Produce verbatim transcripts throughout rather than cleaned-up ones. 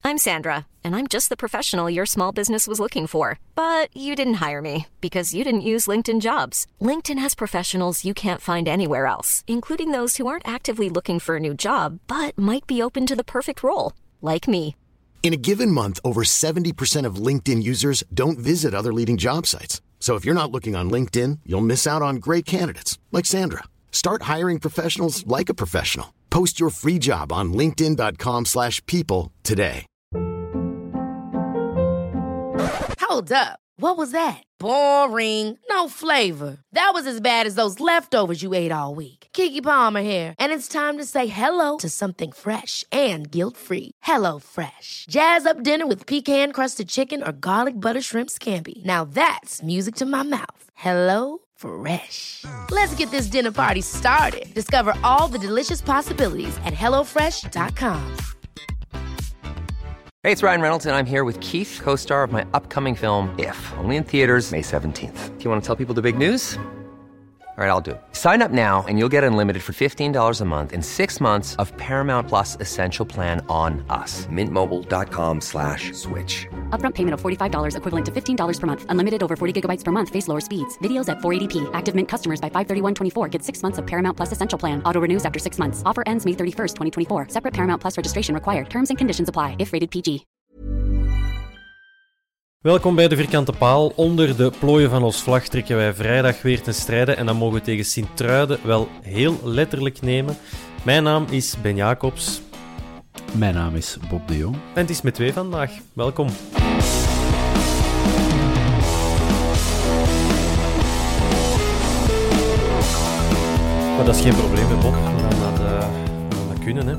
I'm Sandra, and I'm just the professional your small business was looking for. But you didn't hire me because you didn't use LinkedIn Jobs. LinkedIn has professionals you can't find anywhere else, including those who aren't actively looking for a new job, but might be open to the perfect role, like me. In a given month, over seventy percent of LinkedIn users don't visit other leading job sites. So if you're not looking on LinkedIn, you'll miss out on great candidates like Sandra. Start hiring professionals like a professional. Post your free job on linkedin.com slash people today. Hold up. What was that? Boring. No flavor. That was as bad as those leftovers you ate all week. Keke Palmer here, and it's time to say hello to something fresh and guilt-free. Hello Fresh. Jazz up dinner with pecan-crusted chicken or garlic butter shrimp scampi. Now that's music to my mouth. Hello Fresh. Let's get this dinner party started. Discover all the delicious possibilities at hello fresh dot com. Hey, it's Ryan Reynolds, and I'm here with Keith, co-star of my upcoming film, If, only in theaters May seventeenth. Do you want to tell people the big news? All right, I'll do it. Sign up now and you'll get unlimited for fifteen dollars a month and six months of Paramount Plus Essential Plan on us. Mint Mobile dot com slash switch. Upfront payment of forty-five dollars equivalent to fifteen dollars per month. Unlimited over forty gigabytes per month. Face lower speeds. Videos at four eighty p. Active Mint customers by five thirty-one twenty-four get six months of Paramount Plus Essential Plan. Auto renews after six months. Offer ends May thirty-first, twenty twenty-four. Separate Paramount Plus registration required. Terms and conditions apply if rated P G. Welkom bij de Vierkante Paal. Onder de plooien van ons vlag trekken wij vrijdag weer ten strijde en dan mogen we tegen Sint-Truiden wel heel letterlijk nemen. Mijn naam is Ben Jacobs. Mijn naam is Bob de Jong. En het is met twee vandaag. Welkom. Maar dat is geen probleem, hè, Bob. We gaan dat, uh, we gaan dat kunnen, hè.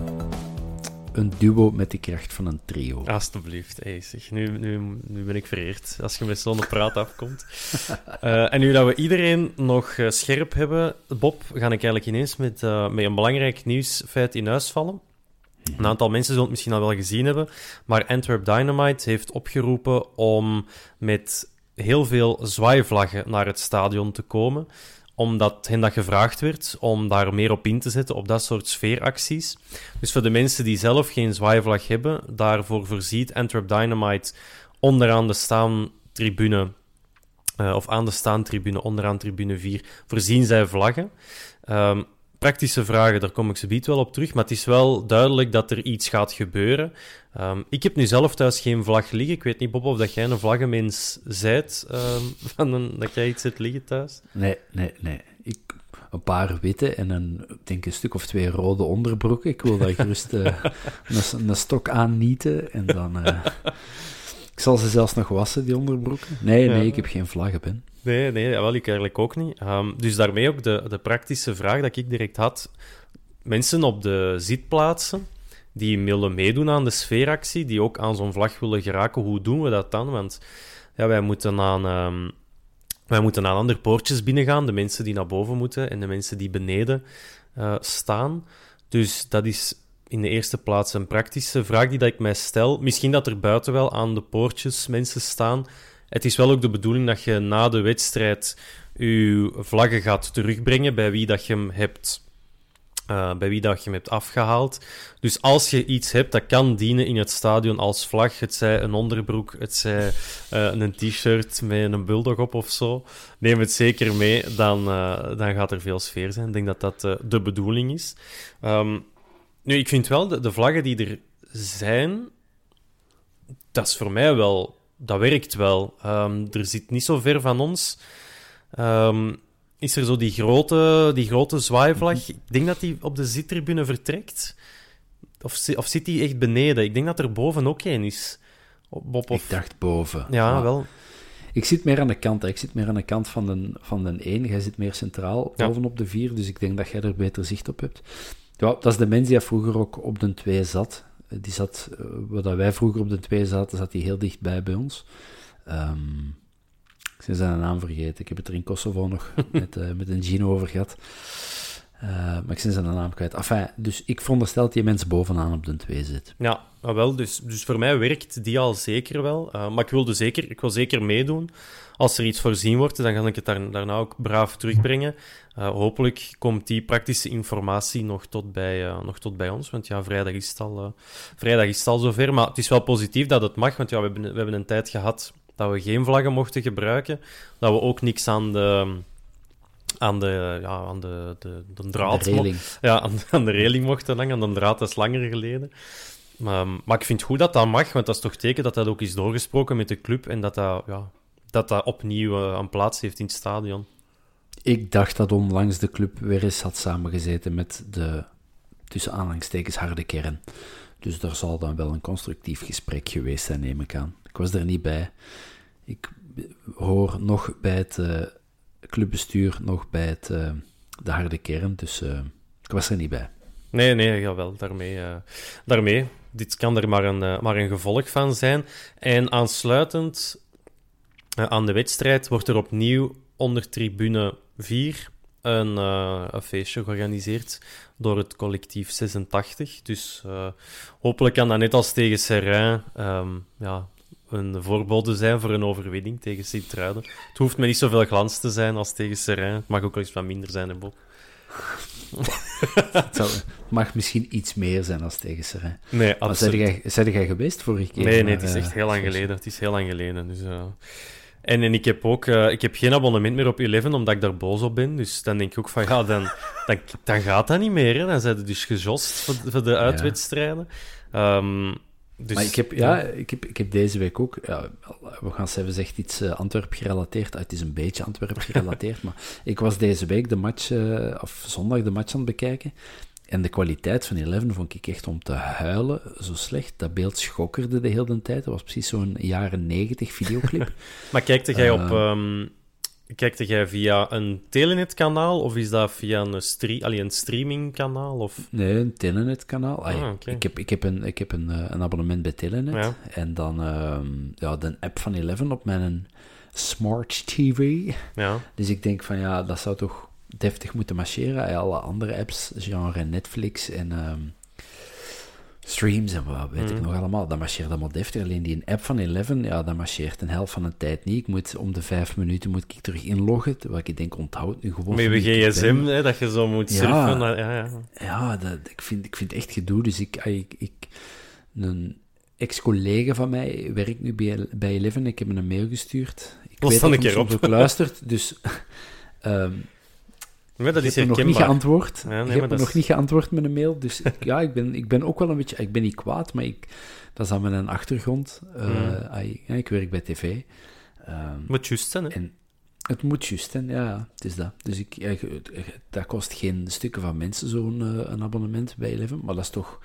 Een duo met de kracht van een trio. Alsjeblieft. Hey, zeg, nu, nu, nu ben ik vereerd als je met zo'n praat afkomt. Uh, en nu dat we iedereen nog uh, scherp hebben, Bob, ga ik eigenlijk ineens met, uh, met een belangrijk nieuwsfeit in huis vallen. Een aantal mensen zullen het misschien al wel gezien hebben, maar Antwerp Dynamite heeft opgeroepen om met heel veel zwaaivlaggen naar het stadion te komen, omdat hen dat gevraagd werd om daar meer op in te zetten, op dat soort sfeeracties. Dus voor de mensen die zelf geen zwaaivlag hebben, daarvoor voorziet Antwerp Dynamite onderaan de staantribune, uh, of aan de staantribune, onderaan tribune vier, voorzien zij vlaggen. Um, praktische vragen, daar kom ik zo biet wel op terug, maar het is wel duidelijk dat er iets gaat gebeuren. Um, ik heb nu zelf thuis geen vlag liggen. Ik weet niet, Bob, of dat jij een vlaggenmens zijt, um, van een, dat jij iets hebt liggen thuis? Nee, nee, nee. Ik, een paar witte en een, ik denk een stuk of twee rode onderbroeken. Ik wil daar gerust uh, een, een stok aan nieten en dan... Uh, ik zal ze zelfs nog wassen, die onderbroeken. Nee, nee, ja. Ik heb geen vlaggen, Ben. Nee, nee, wel, ik eigenlijk ook niet. Um, dus daarmee ook de, de praktische vraag dat ik direct had. Mensen op de zitplaatsen die willen meedoen aan de sfeeractie, die ook aan zo'n vlag willen geraken, hoe doen we dat dan? Want ja, wij moeten aan... Um, Wij moeten aan andere poortjes binnengaan, de mensen die naar boven moeten en de mensen die beneden uh, staan. Dus dat is in de eerste plaats een praktische vraag die dat ik mij stel. Misschien dat er buiten wel aan de poortjes mensen staan. Het is wel ook de bedoeling dat je na de wedstrijd je vlaggen gaat terugbrengen bij wie dat je hem hebt, uh, bij wie dat je hem hebt afgehaald. Dus als je iets hebt dat kan dienen in het stadion als vlag, het zij een onderbroek, het zij uh, een t-shirt met een bulldog op of zo, neem het zeker mee, dan, uh, dan gaat er veel sfeer zijn. Ik denk dat dat uh, de bedoeling is. Um, nu, ik vind wel, de, de vlaggen die er zijn, dat is voor mij wel... Dat werkt wel. Um, er zit niet zo ver van ons. Um, is er zo die grote, die grote zwaaivlag? Ik denk dat die op de zittribune vertrekt. Of, of zit die echt beneden? Ik denk dat er boven ook één is. Bob, of... Ik dacht boven. Ja, maar wel. Ik zit meer aan de kant. Hè. Ik zit meer aan de kant van de, van de één. Jij zit meer centraal ja. bovenop de vier. Dus ik denk dat jij er beter zicht op hebt. Ja, dat is de mens die vroeger ook op de twee zat. Die zat, wat wij vroeger op de twee zaten, zat hij heel dichtbij bij ons. Um, ik ben zijn naam vergeten. Ik heb het er in Kosovo nog met, uh, met een Gino over gehad. Uh, maar ik ben zijn naam kwijt. Enfin, dus ik veronderstel dat die mensen bovenaan op de twee zit. Ja, wel. Dus, dus voor mij werkt die al zeker wel. Uh, maar ik, wilde zeker, ik wil zeker meedoen. Als er iets voorzien wordt, dan ga ik het daar, daarna ook braaf terugbrengen. Uh, hopelijk komt die praktische informatie nog tot bij, uh, nog tot bij ons. Want ja, vrijdag is het al, uh, vrijdag is het al zover. Maar het is wel positief dat het mag. Want ja, we hebben, we hebben een tijd gehad dat we geen vlaggen mochten gebruiken. Dat we ook niks aan de... aan de, ja, aan de, de, de draad... De reling. Ja, aan, aan de reling mochten hangen. Aan de draad, dat is langer geleden. Maar, maar ik vind het goed dat dat mag, want dat is toch teken dat dat ook is doorgesproken met de club en dat dat, ja, dat, dat opnieuw uh, een plaats heeft in het stadion. Ik dacht dat onlangs de club weer eens had samengezeten met de, tussen aanhalingstekens, harde kern. Dus daar zal dan wel een constructief gesprek geweest zijn, neem ik aan. Ik was er niet bij. Ik hoor nog bij het... Uh, clubbestuur nog bij het, uh, de harde kern, dus uh, ik was er niet bij. Nee, nee, jawel, daarmee, uh, daarmee. Dit kan er maar een, uh, maar een gevolg van zijn. En aansluitend uh, aan de wedstrijd wordt er opnieuw onder tribune vier een, uh, een feestje georganiseerd door het collectief zesentachtig. Dus uh, hopelijk kan dat net als tegen Seraing... Um, ja, een voorbode zijn voor een overwinning tegen Sint-Truiden. Het hoeft me niet zoveel glans te zijn als tegen Seraing. Het mag ook wel eens wat minder zijn, hè, Bob? Het zou, mag misschien iets meer zijn als tegen Seraing. Nee, absoluut. Maar zijn jij geweest vorige keer? Nee, nee, het is echt heel lang geleden. Het is heel lang geleden. Dus, uh... en, en ik heb ook uh, ik heb geen abonnement meer op Eleven, omdat ik daar boos op ben. Dus dan denk ik ook van, ja, dan, dan, dan gaat dat niet meer. Hè. Dan zijn ze dus gejost voor, voor de uitwedstrijden. Ja. Um, Dus, maar ik heb, ja, ja. Ik, heb, ik heb deze week ook... Ja, we gaan even zegt iets uh, Antwerp gerelateerd. Ah, het is een beetje Antwerp gerelateerd, maar ik was deze week de match... Uh, of zondag de match aan het bekijken. En de kwaliteit van Eleven vond ik echt om te huilen zo slecht. Dat beeld schokkerde de hele tijd. Dat was precies zo'n jaren negentig videoclip. Maar kijkte jij uh, op... Um... Kijkte jij via een Telenet-kanaal of is dat via een, stre- allee, een streamingkanaal? Of... Nee, een Telenet-kanaal. Ah, okay. Ik heb, ik heb, een, ik heb een, een abonnement bij Telenet. Ja. En dan uh, ja, de app van Eleven op mijn Smart T V. Ja. Dus ik denk van ja, dat zou toch deftig moeten marcheren. Alle andere apps, genre Netflix en... Um, streams en wat weet mm. ik nog allemaal, dat marcheert allemaal deftig. Alleen die app van Eleven, ja, dat marcheert een helft van de tijd niet. Ik moet om de vijf minuten moet ik terug inloggen, terwijl ik denk, onthoud nu gewoon... Met je gsm, hè, dat je zo moet surfen. Ja, naar, ja, ja. ja dat, ik, vind, ik vind het echt gedoe. Dus ik... ik, ik een ex-collega van mij werkt nu bij, bij Eleven. Ik heb hem een mail gestuurd. Ik Los weet dan dat een keer hij op. soms ook luistert, dus... Um, Ja, dat is ik heb nog niet geantwoord. Ja, nee, ik heb dat nog is... niet geantwoord met een mail. Dus ik, ja, ik ben, ik ben ook wel een beetje... Ik ben niet kwaad, maar ik, dat is aan mijn achtergrond. Uh, mm. I, ja, ik werk bij tv. Um, moet juist zijn, hè? En het moet juist zijn, ja. Het is dat. Dus ik, ja, dat kost geen stukken van mensen, zo'n uh, een abonnement bij Eleven. Maar dat is toch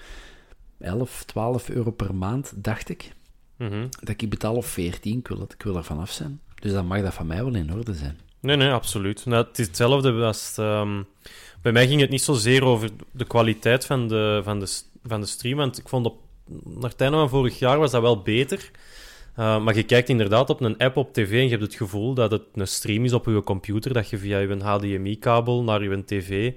elf, twaalf euro per maand, dacht ik. Mm-hmm. Dat ik betaal of veertien. Ik wil, dat, ik wil er vanaf zijn. Dus dan mag dat van mij wel in orde zijn. Nee, nee, absoluut. Nou, het is hetzelfde als... Um, bij mij ging het niet zozeer over de kwaliteit van de, van de, van de stream, want ik vond op... Naar het einde van vorig jaar was dat wel beter. Uh, maar je kijkt inderdaad op een app op tv en je hebt het gevoel dat het een stream is op je computer, dat je via je H D M I-kabel naar je tv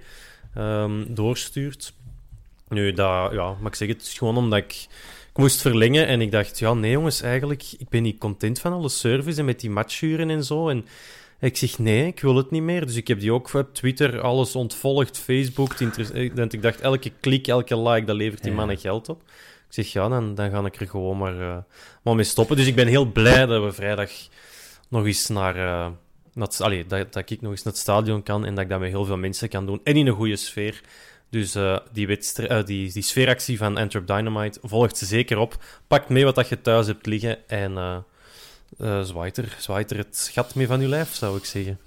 um, doorstuurt. Nu, dat... Ja, maar ik zeg het, het is gewoon omdat ik... Ik moest verlengen en ik dacht, ja, nee jongens, eigenlijk, ik ben niet content van alle service en met die matchuren en zo. En ik zeg, nee, ik wil het niet meer. Dus ik heb die ook op Twitter alles ontvolgd, Facebook. Want ik dacht, elke klik, elke like, dat levert die mannen geld op. Ik zeg, ja, dan, dan ga ik er gewoon maar, uh, maar mee stoppen. Dus ik ben heel blij dat we vrijdag nog eens naar... Uh, naar allee, dat, dat ik nog eens naar het stadion kan en dat ik dat met heel veel mensen kan doen. En in een goede sfeer. Dus uh, die, wedstri- uh, die, die sfeeractie van Antwerp Dynamite volgt ze zeker op. Pak mee wat dat je thuis hebt liggen en uh, uh, zwaait, er, zwaait er het gat mee van je lijf, zou ik zeggen.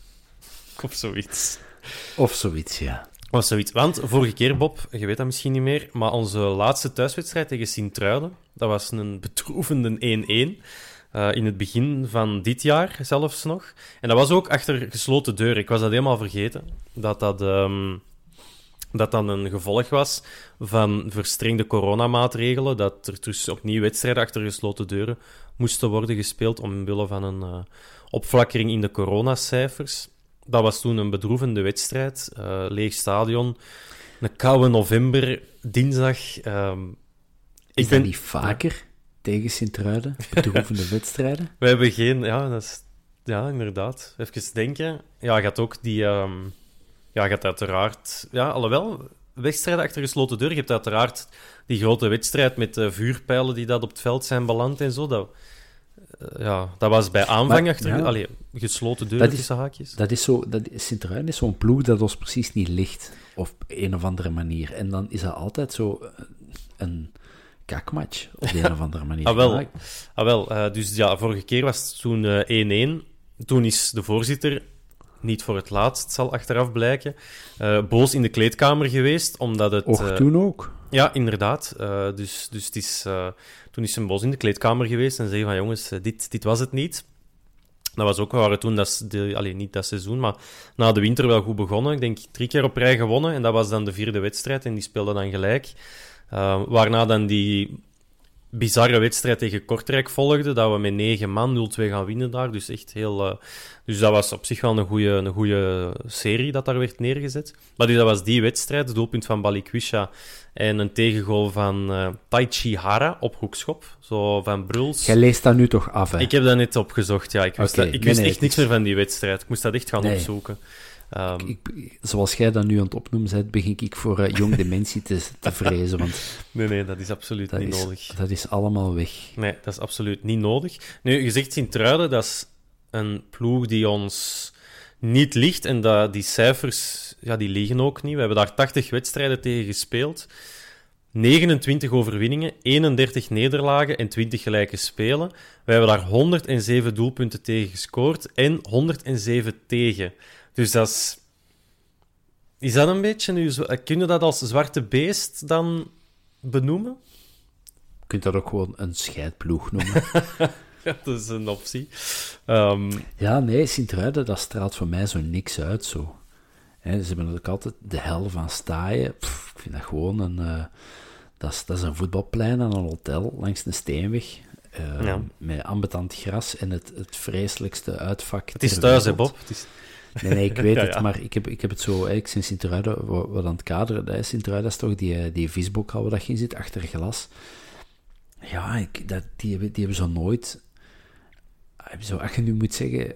Of zoiets. Of zoiets, ja. Of zoiets. Want vorige keer, Bob, je weet dat misschien niet meer, maar onze laatste thuiswedstrijd tegen Sint-Truiden, dat was een bedroevende één-één. Uh, in het begin van dit jaar zelfs nog. En dat was ook achter gesloten deuren. Ik was dat helemaal vergeten. Dat dat... Um, dat dan een gevolg was van verstrengde coronamaatregelen, dat er dus opnieuw wedstrijden achter gesloten deuren moesten worden gespeeld omwille van een uh, opflakkering in de coronacijfers. dat was toen een bedroevende wedstrijd. Uh, leeg stadion. Een koude november, dinsdag. Um, is ik dat ben... niet vaker ja. tegen Sint-Truiden? Bedroevende wedstrijden? We hebben geen... Ja, dat is... ja, inderdaad. Even denken. Ja, je had ook die... Um... Ja, je hebt uiteraard... Ja, alhoewel, wedstrijden achter gesloten deur. Je hebt uiteraard die grote wedstrijd met uh, vuurpijlen die dat op het veld zijn beland en zo. Dat, uh, ja, dat was bij aanvang maar, achter... Ja. Allee, gesloten deuren tussen haakjes. Dat is zo... Dat, Sint-Truiden is zo'n ploeg dat ons precies niet ligt. Op een of andere manier. En dan is dat altijd zo een kakmatch. Op de een of andere manier. ah, wel. Ah, wel uh, dus ja, vorige keer was het toen uh, één-één. Toen is de voorzitter... niet voor het laatst, zal achteraf blijken, uh, boos in de kleedkamer geweest, omdat het... Och, uh, toen ook? Ja, inderdaad. Uh, dus dus het is, uh, toen is hij boos in de kleedkamer geweest en zei van, jongens, uh, dit, dit was het niet. Dat was ook, we waren toen, dat, de, allee, niet dat seizoen, maar na de winter wel goed begonnen. Ik denk drie keer op rij gewonnen en dat was dan de vierde wedstrijd en die speelde dan gelijk. Uh, waarna dan die... bizarre wedstrijd tegen Kortrijk volgde, dat we met negen man nul twee gaan winnen daar. Dus echt heel... Uh, dus dat was op zich wel een goede een goede serie dat daar werd neergezet. Maar dus dat was die wedstrijd, het doelpunt van Balikwisha en een tegengoal van uh, Taichi Hara op hoekschop. Zo van Bruls. Jij leest dat nu toch af, hè? Ik heb dat net opgezocht, ja. Ik wist, okay. dat, ik nee, wist nee, echt niks meer van die wedstrijd. Ik moest dat echt gaan nee. opzoeken. Um, ik, ik, zoals jij dat nu aan het opnoemen bent, begin ik voor uh, jong dementie te, te vrezen. Want nee, nee, dat is absoluut dat niet is, nodig. Dat is allemaal weg. Nee, dat is absoluut niet nodig. Nu, je zegt Sint-Truiden, dat is een ploeg die ons niet ligt. En dat, die cijfers, ja, die liegen ook niet. We hebben daar tachtig wedstrijden tegen gespeeld. negenentwintig overwinningen, eenendertig nederlagen en twintig gelijke spelen. We hebben daar honderdzeven doelpunten tegen gescoord en honderdzeven tegen. Dus dat is... Is dat een beetje... Nu, kun je dat als zwarte beest dan benoemen? Je kunt dat ook gewoon een scheidploeg noemen. Ja, dat is een optie. Um... Ja, nee, Sint-Truiden, dat straalt voor mij zo niks uit, zo. He, ze hebben ook altijd de hel van Staaien. Pff, ik vind dat gewoon een... Uh, dat, is, dat is een voetbalplein aan een hotel langs een steenweg. Uh, ja. Met ambetant gras en het, het vreselijkste uitvak. Het is thuis, hè, Bob? Het is... Nee, nee, ik weet ja, het, ja. maar ik heb, ik heb het zo... Ik ben Sint-Truiden wat aan het kaderen. Sint-Truiden is toch die, die visbokhal waar dat je in zit, achter glas. Ja, ik, dat, die, hebben, die hebben zo nooit... Zo, als je nu moet zeggen...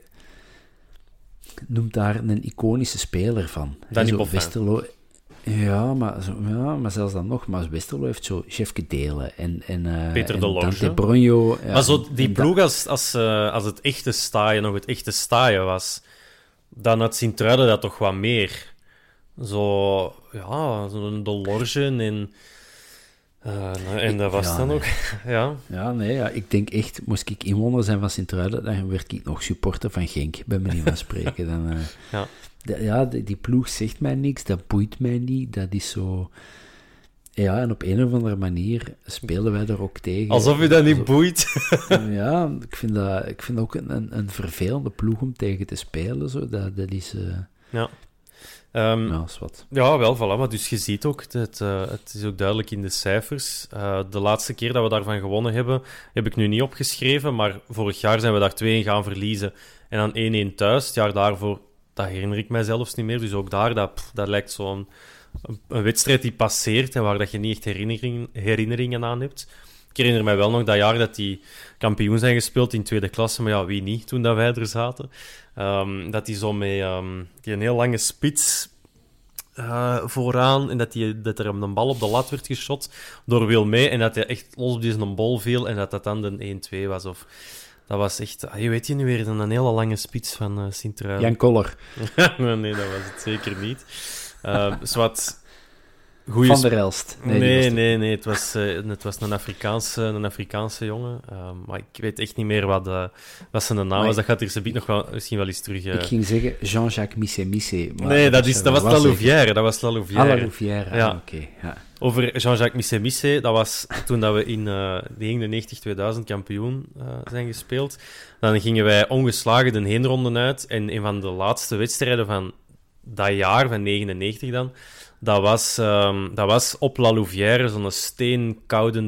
Noemt daar een iconische speler van. Danny zo Boffin. Westerlo... Ja maar, zo, ja, maar zelfs dan nog. Maar Westerlo heeft zo Chefke Delen en, en, uh, Peter en de Lorge. Dante Bronjo. Ja, maar zo die en ploeg, dat... als, als, uh, als het echte staaien nog het echte staaien was, dan had Sint-Truiden dat toch wat meer. Zo, ja, zo'n de Lorge en... Uh, en dat was ja, dan nee. ook, ja. Ja, nee, ja, ik denk echt, moest ik inwoner zijn van Sint-Truiden, dan werd ik nog supporter van Genk, bij manier van spreken. Dan, uh, ja, de, ja die, die ploeg zegt mij niks, dat boeit mij niet, dat is zo... Ja, en op een of andere manier spelen wij er ook tegen. Alsof je dat niet zo... boeit. Ja, ik vind dat, ik vind dat ook een, een, een vervelende ploeg om tegen te spelen, zo. Dat, dat is... Uh... Ja. Um, ja, is wat. Ja, wel, voilà. Maar dus je ziet ook, het, uh, het is ook duidelijk in de cijfers. Uh, de laatste keer dat we daarvan gewonnen hebben, heb ik nu niet opgeschreven, maar vorig jaar zijn we daar twee een gaan verliezen en dan één-één thuis. Het jaar daarvoor, dat herinner ik mij zelfs niet meer. Dus ook daar, dat, pff, dat lijkt zo'n een, een wedstrijd die passeert en waar dat je niet echt herinnering, herinneringen aan hebt. Ik herinner mij wel nog dat jaar dat die kampioen zijn gespeeld in tweede klasse, maar ja, wie niet, toen dat wij er zaten. Um, dat die zo met um, die een heel lange spits uh, vooraan en dat, die, dat er een bal op de lat werd geschot door Wilmé en dat hij echt los op deze bal viel en dat dat dan de één-twee was. Of, dat was echt, je weet je nu weer, een hele lange spits van uh, Sint-Truiden. Jan Koller. nee, nee, dat was het zeker niet. Uh, zwart... Goeie Van der Elst. Nee, nee, nee, nee. Het, was, uh, het was een Afrikaanse, een Afrikaanse jongen. Uh, maar ik weet echt niet meer wat, uh, wat zijn naam was. Dat gaat hier zo nog wel, misschien wel eens terug... Uh... Ik ging zeggen Jean-Jacques Missé-Missé. Nee, dat, is, dat was La Louvière. Dat was La Louvière. Ah, La Louvière, ja. ah, oké. Okay. Ja. Over Jean-Jacques Missé-Missé, dat was toen dat we in uh, negenennegentig tweeduizend kampioen uh, zijn gespeeld. Dan gingen wij ongeslagen de heenronde uit. En een van de laatste wedstrijden van dat jaar, van negenennegentig dan... Dat was, um, dat was op La Louvière, zo'n steenkoude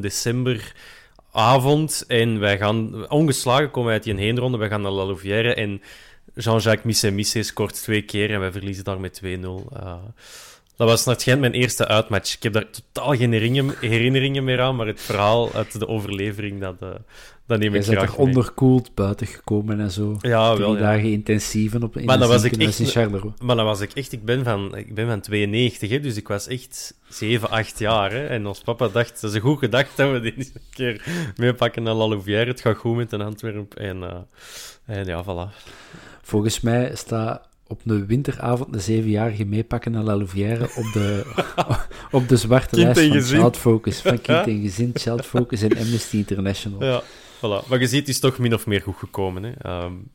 decemberavond. En wij gaan, ongeslagen komen wij uit die heenronde, wij gaan naar La Louvière. En Jean-Jacques Misse-Misse scoort twee keer en wij verliezen daar met twee nul. Uh, dat was naar het schijnt mijn eerste uitmatch. Ik heb daar totaal geen herinneringen, herinneringen meer aan, maar het verhaal uit de overlevering, dat, uh, dat neem ik graag mee. Je bent er onderkoeld buiten gekomen en zo. Ja, Drie wel, ja. dagen intensieven op in maar een was ik ziekenhuis echt, in Charleroi. Maar dan was ik echt... Ik ben van, ik ben van tweeënnegentig, hè, dus ik was echt zeven, acht jaar. Hè, en ons papa dacht, dat is een goed gedacht dat we die een keer meepakken naar La Louvière. Het gaat goed met een Antwerp. En, uh, en ja, voilà. Volgens mij staat op een winteravond de zevenjarige meepakken naar La Louvière op de, op de zwarte Kind lijst van gezin. Child Focus. Van Kind en Gezin, Child Focus en Amnesty International. Ja, voilà. Maar je ziet, het is toch min of meer goed gekomen. Hè. Um...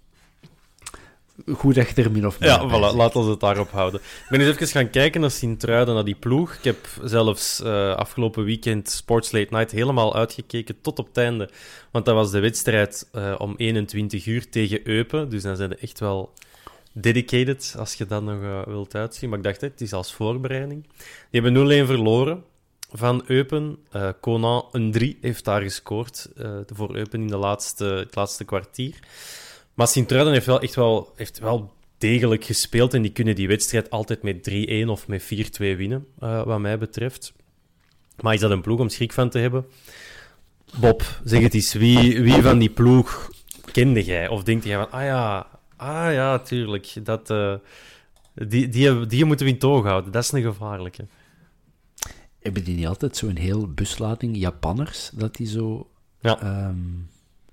Goed dat je er min of meer Ja, bij voilà, zegt. laten we het daarop houden. Ik ben eens even gaan kijken naar Sint-Truiden, naar die ploeg. Ik heb zelfs uh, afgelopen weekend Sports Late Night helemaal uitgekeken tot op het einde. Want dat was de wedstrijd uh, om eenentwintig uur tegen Eupen. Dus dan zijn ze echt wel dedicated, als je dat nog uh, wilt uitzien. Maar ik dacht, hè, het is als voorbereiding. Die hebben nul-een verloren van Eupen. Uh, Conan een drie heeft daar gescoord uh, voor Eupen in de laatste, het laatste kwartier. Maar Sint-Truiden heeft wel echt wel, heeft wel degelijk gespeeld en die kunnen die wedstrijd altijd met drie-een of met vier-twee winnen, uh, wat mij betreft. Maar is dat een ploeg om schrik van te hebben? Bob, zeg het eens, wie, wie van die ploeg kende jij? Of denk jij van, ah ja, ah ja, tuurlijk, dat, uh, die, die, die moeten we in toog houden, dat is een gevaarlijke. Hebben die niet altijd zo'n heel buslading Japanners, dat die zo... Ja. Um,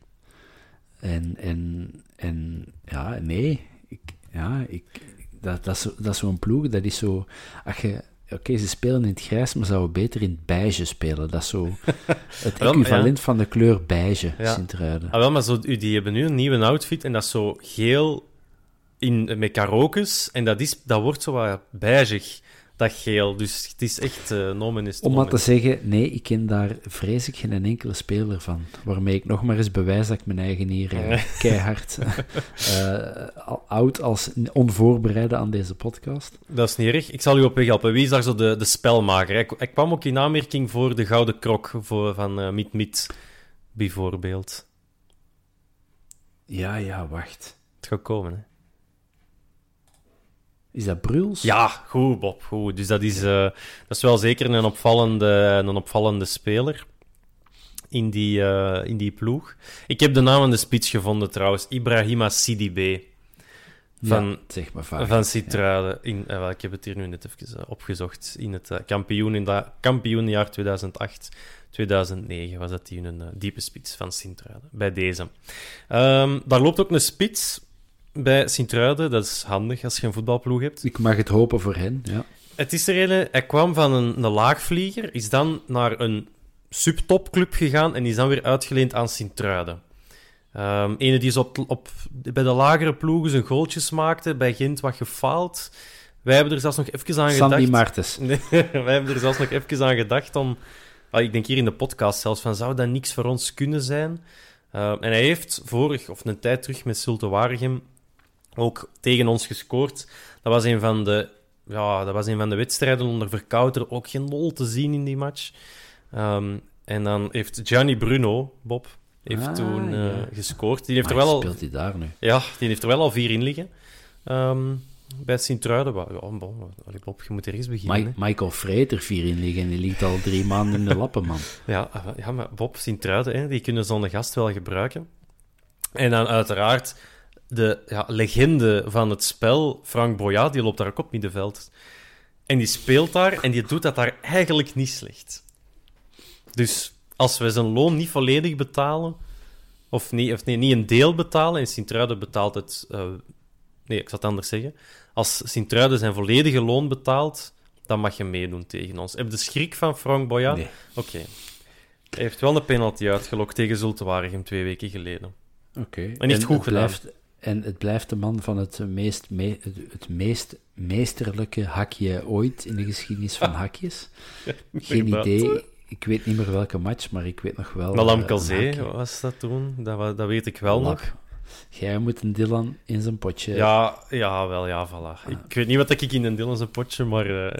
en, en, en, ja, nee, ik, ja, ik, dat, dat, is, dat is zo'n ploeg, dat is zo... Als je, Oké, okay, ze spelen in het grijs, maar zouden beter in het beige spelen. Dat is zo het equivalent ja. van de kleur beige, ja. Sint-Truiden. Ah, wel, maar zo, die hebben nu een nieuwe outfit en dat is zo geel in, met karokes en dat, is, dat wordt zo wat beigig, dat geel. Dus het is echt uh, nomen is Om maar te zeggen, nee, ik ken daar vrees ik geen enkele speler van. Waarmee ik nog maar eens bewijs dat ik mijn eigen hier uh, keihard uh, oud als onvoorbereide aan deze podcast. Dat is niet erg. Ik zal u op weg helpen. Wie is daar zo de, de spelmaker? Hij, hij kwam ook in aanmerking voor de Gouden Krok voor, van uh, Miet Miet, bijvoorbeeld. Ja, ja, wacht. Het gaat komen, hè. Is dat Bruls? Ja, goed, Bob. Goed. Dus dat is, uh, dat is wel zeker een opvallende, een opvallende speler in die, uh, in die ploeg. Ik heb de naam aan de spits gevonden trouwens. Ibrahima Sidibé. Van, ja, zeg maar vaak. Van Sint-Truiden. Ja. Uh, ik heb het hier nu net even uh, opgezocht. In het uh, kampioen in dat kampioenjaar tweeduizend acht tweeduizend negen was dat die een uh, diepe spits van Sint-Truiden. Bij deze. Um, daar loopt ook een spits bij Sint-Truiden. Dat is handig als je een voetbalploeg hebt. Ik mag het hopen voor hen, ja. Het is er een, hij kwam van een, een laagvlieger, is dan naar een subtopclub gegaan en is dan weer uitgeleend aan Sint-Truiden. Um, ene die is op, op, bij de lagere ploegen zijn goaltjes maakte, bij Gent wat gefaald. Wij hebben er zelfs nog even aan Sandy gedacht... Martens. Nee, wij hebben er zelfs nog even aan gedacht om... Ah, ik denk hier in de podcast zelfs, van zou dat niks voor ons kunnen zijn? Uh, en hij heeft vorig, of een tijd terug met Zulte Waregem ook tegen ons gescoord. Dat was een van de, ja, dat was een van de wedstrijden onder Verkouter. Ook geen lol te zien in die match. Um, en dan heeft Gianni Bruno, Bob, heeft ah, toen uh, ja. gescoord. Die heeft maar er wel al, speelt hij daar nu? Ja, die heeft er wel al vier in liggen. Um, bij Sint-Truiden. Ja, bon, allee, Bob, je moet er eens beginnen. Ma- Michael Vreet er vier in liggen en die ligt al drie maanden in de lappen, man. Ja, ja maar Bob, Sint-Truiden, hè, die kunnen zo'n gast wel gebruiken. En dan uiteraard de ja, legende van het spel, Frank Boya, die loopt daar ook op middenveld. En die speelt daar en die doet dat daar eigenlijk niet slecht. Dus als we zijn loon niet volledig betalen, of, niet, of nee, niet een deel betalen, en Sint-Truiden betaalt het... Uh, nee, ik zal het anders zeggen. Als Sint-Truiden zijn volledige loon betaalt, dan mag je meedoen tegen ons. Heb je de schrik van Frank Boya? Nee. Oké. Okay. Hij heeft wel een penalty uitgelokt tegen Zulte Waregem twee weken geleden. Oké. Okay. En heeft goed het gedaan. Blijft, en het blijft de man van het meest, me, het meest meesterlijke hakje ooit in de geschiedenis van hakjes. Ja, Geen idee. Ik weet niet meer welke match, maar ik weet nog wel... Malam Kalzee was dat toen. Dat, dat weet ik wel Lap. nog. Jij moet een Dylan in zijn potje... Ja, ja wel, ja, voilà. Ah. Ik weet niet wat ik in een Dylan zijn potje, maar... Uh...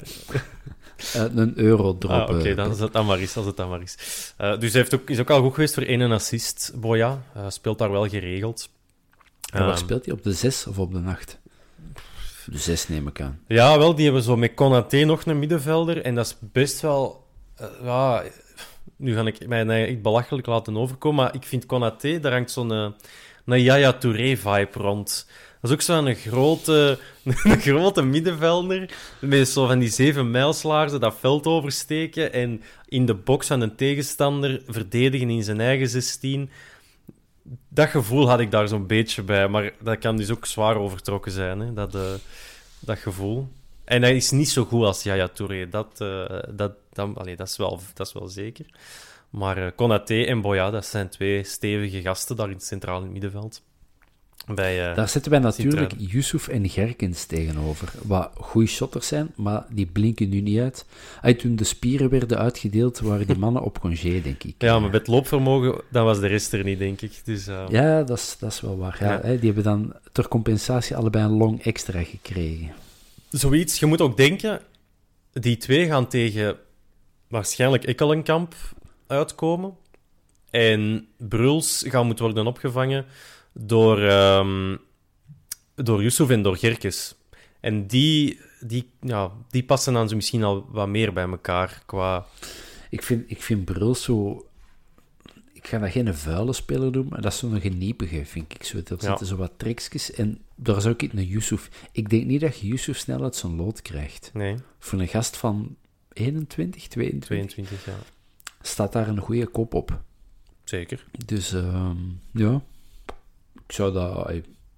Uh, een euro droppen. Ah, Oké, okay, dan is het dan maar eens, als het dan maar is. Uh, dus hij heeft ook, is ook al goed geweest voor één assist, Boya. Uh, speelt daar wel geregeld. En waar Um, speelt hij? Op de zes of op de acht? De zes neem ik aan. Ja, wel, die hebben zo met Konaté nog een middenvelder. En dat is best wel... Uh, ja, nu ga ik mij echt belachelijk laten overkomen, maar ik vind Konaté, daar hangt zo'n uh, een Yaya Touré-vibe rond. Dat is ook zo'n grote, een grote middenvelder, met zo van die zeven mijlslaarzen dat veld oversteken en in de box van een tegenstander verdedigen in zijn eigen zestien. Dat gevoel had ik daar zo'n beetje bij, maar dat kan dus ook zwaar overtrokken zijn, hè, dat, uh, dat gevoel. En hij is niet zo goed als Yaya Touré, dat, uh, dat, dat, allee, dat, is, wel, dat is wel zeker. Maar uh, Konaté en Boya, dat zijn twee stevige gasten daar in het centraal middenveld. Bij, uh, Daar zitten wij natuurlijk Yusuf en Gerkens tegenover, wat goede shotters zijn, maar die blinken nu niet uit. Ay, toen de spieren werden uitgedeeld, waren die mannen op congé, denk ik. Ja, maar met loopvermogen, dan was de rest er niet, denk ik. Dus, uh... Ja, dat is, dat is wel waar. Ja, ja. Hè, die hebben dan ter compensatie allebei een long extra gekregen. Zoiets, je moet ook denken, die twee gaan tegen waarschijnlijk Ekkelenkamp uitkomen. En Bruls gaan moeten worden opgevangen door, um, door Yusuf en door Gerkes. En die, die, ja, die passen dan zo misschien al wat meer bij elkaar qua... Ik vind, ik vind Bruls zo... Ik ga dat geen vuile speler doen, maar dat is zo'n geniepige, vind ik. Zo. Er zitten ja. zo wat trekjes en daar zou ik het naar Yusuf... Ik denk niet dat je Yusuf snel uit zijn lood krijgt. Nee. Voor een gast van eenentwintig, tweeëntwintig... tweeëntwintig, ja. Staat daar een goede kop op. Zeker. Dus, uh, ja... Ik zou dat...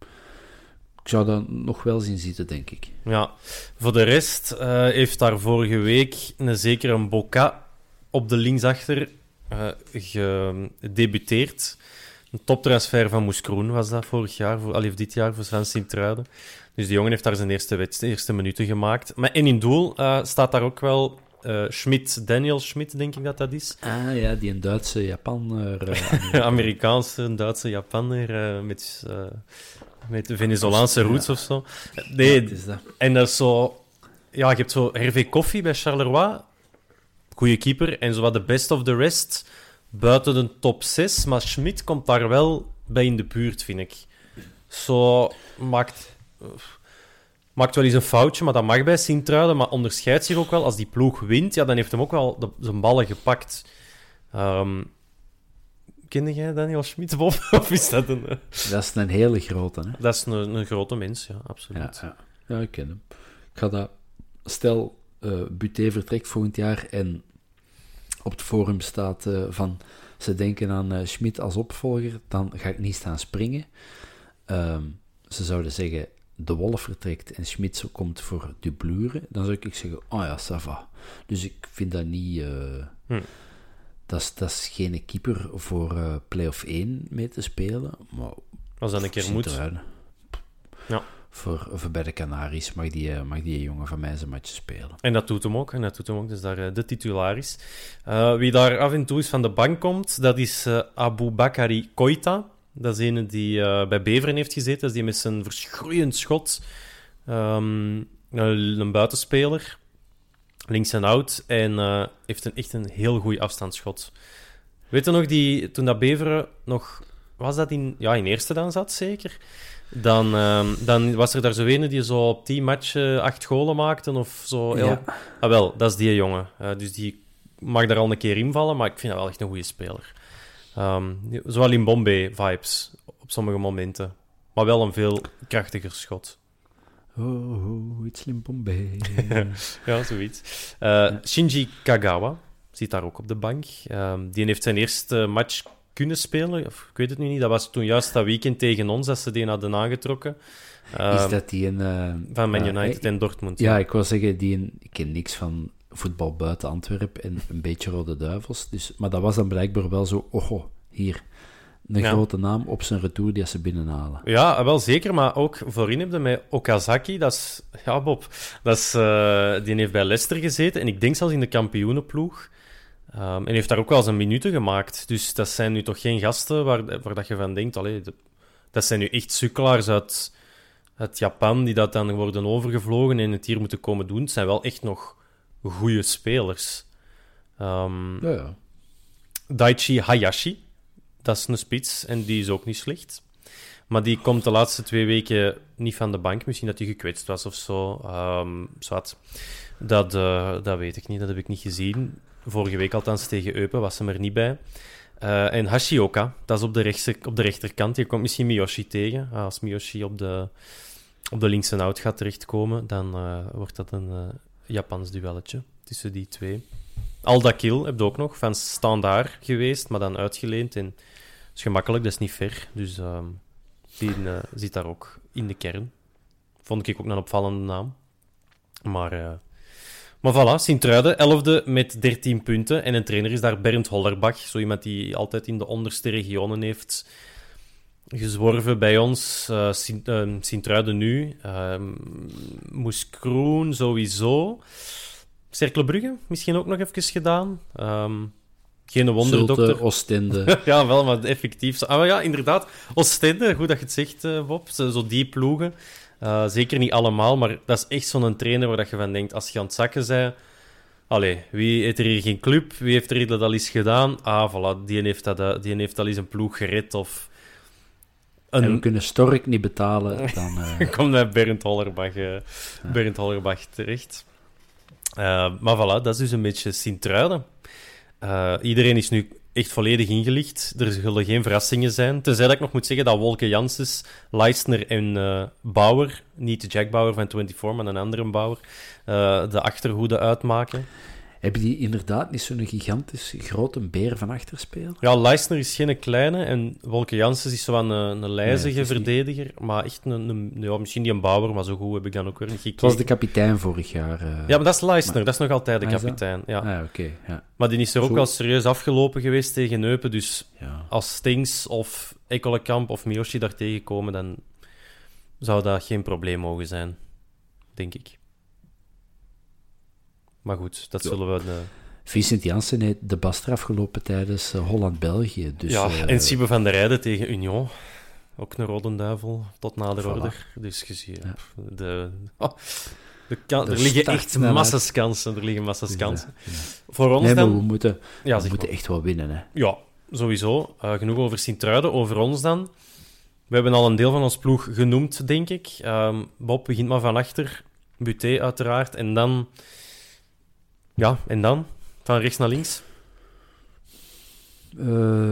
Ik zou dat nog wel zien zitten, denk ik. Ja. Voor de rest uh, heeft daar vorige week een zekere Boca op de linksachter uh, gedebuteerd. Een toptransfer van Moeskroen was dat vorig jaar, voor, allee, dit jaar voor Van Sint-Truiden. Dus die jongen heeft daar zijn eerste, wedst- eerste minuten gemaakt. Maar en in doel uh, staat daar ook wel uh, Schmidt, Daniel Schmidt, denk ik dat dat is. Ah ja, die een Duitse Japaner. Uh, Amerikaanse, Duitse Japaner uh, met, uh, met de Venezolaanse roots ja. of zo. Nee, ja, is dat. En dat is zo... Ja, je hebt zo Hervé Koffie bij Charleroi. Goeie keeper. En zo wat de best of the rest buiten de top zes. Maar Schmidt komt daar wel bij in de buurt, vind ik. Zo maakt... Maakt wel eens een foutje, maar dat mag bij Sint-Truiden. Maar onderscheidt zich ook wel. Als die ploeg wint, ja, dan heeft hem ook wel de, zijn ballen gepakt. Um, kende jij Daniel Schmidt, Bob? Of is dat een... Dat is een hele grote, hè? Dat is een, een grote mens, ja, absoluut. Ja, ja. ja, ik ken hem. Ik ga dat... Stel, uh, Buté vertrekt volgend jaar en op het forum staat uh, van... Ze denken aan uh, Schmidt als opvolger, dan ga ik niet staan springen. Um, ze zouden zeggen... De Wolf vertrekt en Schmidt komt voor dublure, dan zou ik zeggen, oh ja, ça va. Dus ik vind dat niet... Uh, hm. Dat is, dat is geen keeper voor uh, play-off één mee te spelen, maar... Als dat een keer moet. Ja. Voor, voor bij de Canaries mag die, mag die jongen van mij zijn matje spelen. En dat doet hem ook, en dat doet hem ook, dus daar uh, de titularis. Uh, wie daar af en toe eens van de bank komt, dat is uh, Aboubakari Koita. Dat is een die uh, bij Beveren heeft gezeten. Dat is die met zijn verschroeiend schot. Um, een buitenspeler. Links en oud. En uh, heeft een, echt een heel goed afstandsschot. Weet je nog, die, toen dat Beveren nog... Was dat in... Ja, in eerste dan zat, zeker. Dan, um, dan was er daar zo ene die zo op tien matchen acht golen maakte. Of zo. Ja. Heel... Ah, wel, dat is die jongen. Uh, dus die mag daar al een keer invallen. Maar ik vind dat wel echt een goede speler. Um, zowel in Bombay-vibes op sommige momenten. Maar wel een veel krachtiger schot. Oh, oh it's in Bombay. Ja, zoiets. Uh, ja. Shinji Kagawa zit daar ook op de bank. Um, die heeft zijn eerste match kunnen spelen. Of, ik weet het nu niet. Dat was toen juist dat weekend tegen ons dat ze die hadden aangetrokken. Um, Is dat die een... Uh, van Man United uh, en Dortmund. Ja, ja, ik wil zeggen, die een, ik ken niks van... voetbal buiten Antwerpen en een beetje Rode Duivels. Dus, maar dat was dan blijkbaar wel zo, oh, hier, een ja. grote naam op zijn retour die ze binnenhalen. Ja, wel zeker, maar ook voorin heb je met Okazaki, dat is, ja Bob, dat is, uh, die heeft bij Leicester gezeten en ik denk zelfs in de kampioenenploeg. Um, en heeft daar ook wel zijn minuten gemaakt. Dus dat zijn nu toch geen gasten waar, waar dat je van denkt, allee, de, dat zijn nu echt sukkelaars uit, uit Japan die dat dan worden overgevlogen en het hier moeten komen doen. Het zijn wel echt nog goede spelers. Um, ja, ja. Daichi Hayashi, dat is een spits en die is ook niet slecht. Maar die komt de laatste twee weken niet van de bank. Misschien dat hij gekwetst was of zo. Um, zwart. Dat, uh, dat weet ik niet, dat heb ik niet gezien. Vorige week althans tegen Eupen was hem er niet bij. Uh, en Hashioka, dat is op de, rechtse, op de rechterkant. Je komt misschien Miyoshi tegen. Uh, als Miyoshi op de, op de linkse out gaat terechtkomen, dan uh, wordt dat een uh, Japans duelletje tussen die twee. Aldakil heb je ook nog, van Standaard geweest, maar dan uitgeleend. En dat is gemakkelijk, dat is niet ver. Dus uh, die uh, zit daar ook in de kern. Vond ik ook een opvallende naam. Maar... Uh, Maar voilà, Sint-Truiden, elfde met dertien punten. En een trainer is daar Bernd Hollerbach. Zo iemand die altijd in de onderste regionen heeft gezworven bij ons. Uh, Sint, uh, Sint-Truiden nu. Uh, Moes Kroen sowieso. Cercle Brugge misschien ook nog even gedaan. Um, geen wonderdokter. Zulte, Oostende. Ja, wel, maar effectief. Ah, maar ja, inderdaad. Oostende, goed dat je het zegt, uh, Bob. Zo, zo die ploegen. Uh, zeker niet allemaal, maar dat is echt zo'n trainer waar je van denkt, als je aan het zakken bent... Allee, wie heeft er hier geen club? Wie heeft er dat al eens gedaan? Ah, voilà, die heeft, dat, die heeft al eens een ploeg gered of... Een... En we kunnen Stork niet betalen, dan... Uh... Komt bij Bernd Hollerbach, uh, ja. Bernd Hollerbach terecht. Uh, maar voilà, dat is dus een beetje Sint-Truiden. Uh, iedereen is nu echt volledig ingelicht. Er zullen geen verrassingen zijn. Tenzij dat ik nog moet zeggen dat Wolke Janssens, Leistner en uh, Bauer, niet de Jack Bauer van vierentwintig, maar een andere Bauer, uh, de achterhoede uitmaken. Hebben die inderdaad niet zo'n gigantisch grote beer van achter spelen? Ja, Leistner is geen kleine en Wolke Janssens is zo een, een lijzige nee, verdediger. Niet... Maar echt een, een... Ja, misschien die een Bauer, maar zo goed heb ik dan ook weer niet gekeken. Het was de kapitein vorig jaar. Uh... Ja, maar dat is Leistner. Maar... Dat is nog altijd de ah, kapitein. Ja. Ah, oké. Okay, ja. Maar die is er ook zo... wel serieus afgelopen geweest tegen Eupen. Dus ja. als Stings of Ekkelenkamp of Miyoshi daar tegenkomen, dan zou dat geen probleem mogen zijn. Denk ik. Maar goed, dat ja. zullen we... De... Vincent Janssen heeft de bast afgelopen tijdens uh, Holland-België. Dus, ja, uh... en Siebe van der Rijden tegen Union. Ook een rode duivel, tot nader voilà. order. Dus gezien, ja. de, oh, de kan, de er liggen echt massas kansen. Er liggen massas kansen. Ja, ja. Voor ons nee, dan... maar we moeten, ja, we moeten echt wel winnen. Hè. Ja, sowieso. Uh, genoeg over Sint-Truiden. Over ons dan. We hebben al een deel van ons ploeg genoemd, denk ik. Um, Bob begint maar van achter. Buté uiteraard. En dan... Ja, en dan... Van rechts naar links? Uh,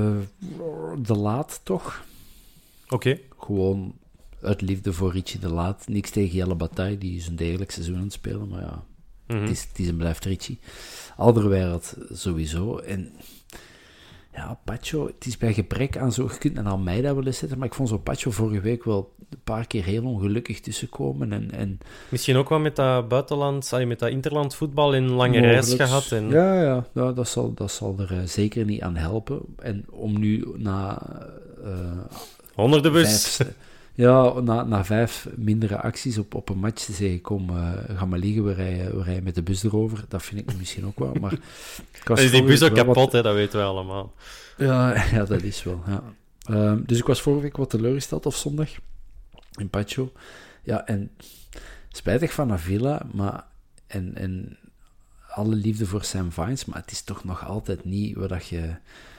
de Laat, toch? Oké. Okay. Gewoon uit liefde voor Richie de Laat. Niks tegen Jelle Bataille, die is een degelijk seizoen aan het spelen, maar ja, mm-hmm. het, is, het is en blijft Richie. Alderweireld sowieso. En ja, Pacho, het is bij gebrek aan zo... Je kunt een Almeida willen zetten, maar ik vond zo Pacho vorige week wel een paar keer heel ongelukkig tussenkomen. En, en... Misschien ook wel met dat buitenland, met dat interland voetbal in lange reis gehad. En... Ja, ja, ja dat, zal, dat zal er uh, zeker niet aan helpen. En om nu na... Uh, Honderden bus. Vijf, ja, na, na vijf mindere acties op, op een match te zeggen, kom, uh, ga maar liggen, we rijden, we rijden met de bus erover. Dat vind ik misschien ook wel, maar... Is die bus ook kapot, wat... hè? Dat weten we allemaal. Ja, ja dat is wel, ja. Um, dus ik was vorige week wat teleurgesteld, of zondag, in Pacho. Ja, en spijtig van Avila, maar... En, en alle liefde voor Sam Vines, maar het is toch nog altijd niet wat dat je...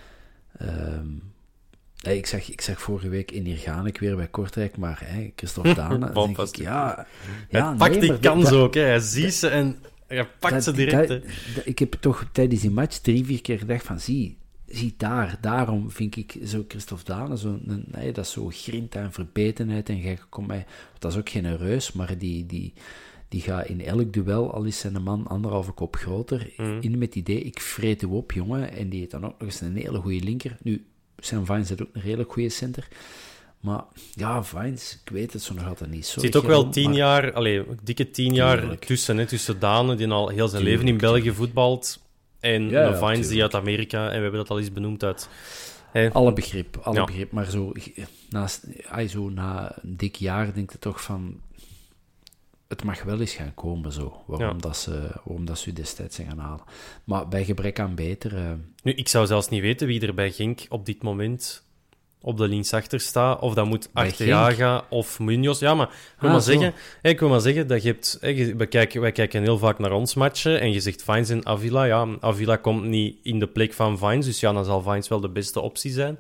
Um, Hey, ik, zag, ik zag vorige week in Irganik weer bij Kortrijk, maar hey, Christophe Dane, denk ik, ja... ja hij pakt nee, die kans dat, ook, hè. Hij ziet ze en hij pakt dat, ze direct. Dat, dat, ik heb toch tijdens die match drie, vier keer gedacht van, zie, zie daar, daarom vind ik zo Christophe Dane, zo een, hey, dat is zo grinta en verbetenheid, en jij komt mij... Dat is ook geen reus, maar die... die Die gaat in elk duel, al is zijn man anderhalve kop groter, mm. in met het idee, ik vreet u op, jongen. En die heeft dan ook nog eens een hele goede linker. Nu, Sam Vines heeft ook een redelijk goede center. Maar ja, Vines, ik weet het zo nog altijd niet. Er zit ook wel tien maar... jaar, allez, dikke tien jaar tuurlijk. tussen, hè, tussen Dane, die al heel zijn tuurlijk, leven in België tuurlijk. voetbalt, en ja, ja, Vines tuurlijk. die uit Amerika, en we hebben dat al eens benoemd uit... Hey. Alle begrip, alle ja. begrip. Maar zo, na, zo na een dik jaar denk je toch van... Het mag wel eens gaan komen, zo. Waarom, ja. dat, ze, waarom dat ze destijds zijn gaan halen. Maar bij gebrek aan beter... Uh... Nu, ik zou zelfs niet weten wie er bij Genk op dit moment op de linksachter staat. Of dat moet Arteaga of Munoz. Ja, maar ik wil, ah, maar, zeggen, hey, ik wil maar zeggen dat je hebt... Hey, wij, kijken, wij kijken heel vaak naar ons matchen en je zegt Vines en Avila. Ja, Avila komt niet in de plek van Vines, dus ja, dan zal Vines wel de beste optie zijn.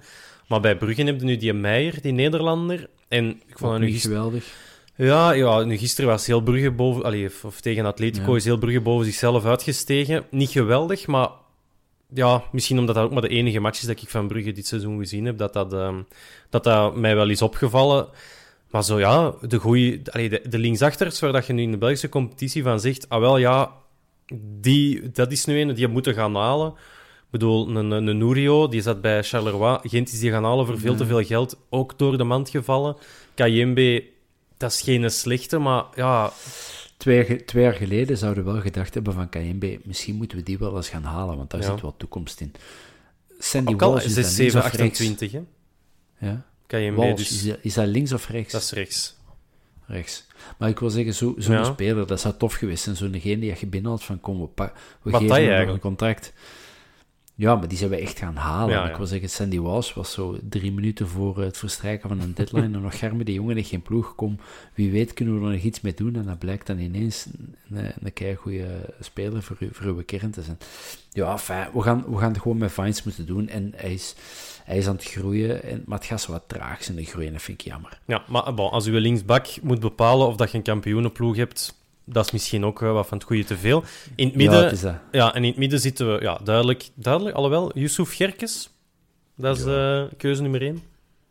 Maar bij Brugge heb je nu die Meijer, die Nederlander. En ik vond dat nu niet gister... geweldig. Ja, ja, nu gisteren was heel Brugge boven... Allee, of, of tegen Atletico Ja. is heel Brugge boven zichzelf uitgestegen. Niet geweldig, maar... Ja, misschien omdat dat ook maar de enige match is dat ik van Brugge dit seizoen gezien heb, dat dat, um, dat, dat mij wel is opgevallen. Maar zo ja, de, goeie, allee, de, de linksachters waar dat je nu in de Belgische competitie van zegt, ah wel ja, die, dat is nu een die je moeten gaan halen. Ik bedoel, een, een, een Nourio, die zat bij Charleroi. Gent is die gaan halen voor veel te veel geld, ook door de mand gevallen. Kayembe, dat is geen slechte, maar ja... Twee jaar, ge- twee jaar geleden zouden we wel gedacht hebben van Kayembe, misschien moeten we die wel eens gaan halen, want daar Ja. zit wel toekomst in. Sandy Ook al Walsh is dat zes links zeven of rechts? achtentwintig, hè? Ja. Kayembe, Walsh, dus is, dat, is dat links of rechts? dat is rechts. Rechts. Maar ik wil zeggen, zo, zo'n Ja. speler, dat zou tof geweest zijn. Zo'n degene die je binnenhaalt van, kom, we, pa- we Wat geven dat je hem nog een eigenlijk? contract. Ja, maar die zijn we echt gaan halen. Ja, Maar ja. Ik wil zeggen, Sandy Walsh was zo drie minuten voor het verstrijken van een deadline en nog Germe, die jongen heeft geen ploeg. Kom, wie weet kunnen we er nog iets mee doen. En dat blijkt dan ineens een, een keigoeie speler voor, u, voor uw kern te zijn. Ja, fijn, we gaan, we gaan het gewoon met Vines moeten doen. En hij is, hij is aan het groeien, en, maar het gaat zo wat traag zijn, de groeien. Dat vind ik jammer. Ja, maar bon, als je linksbak moet bepalen of dat je een kampioenenploeg hebt, dat is misschien ook uh, wat van het goede te veel. In het midden, Ja, het is dat. ja, en in het midden zitten we, ja, duidelijk, duidelijk alhoewel, Yusuf Gerkes, dat is uh, keuze nummer één.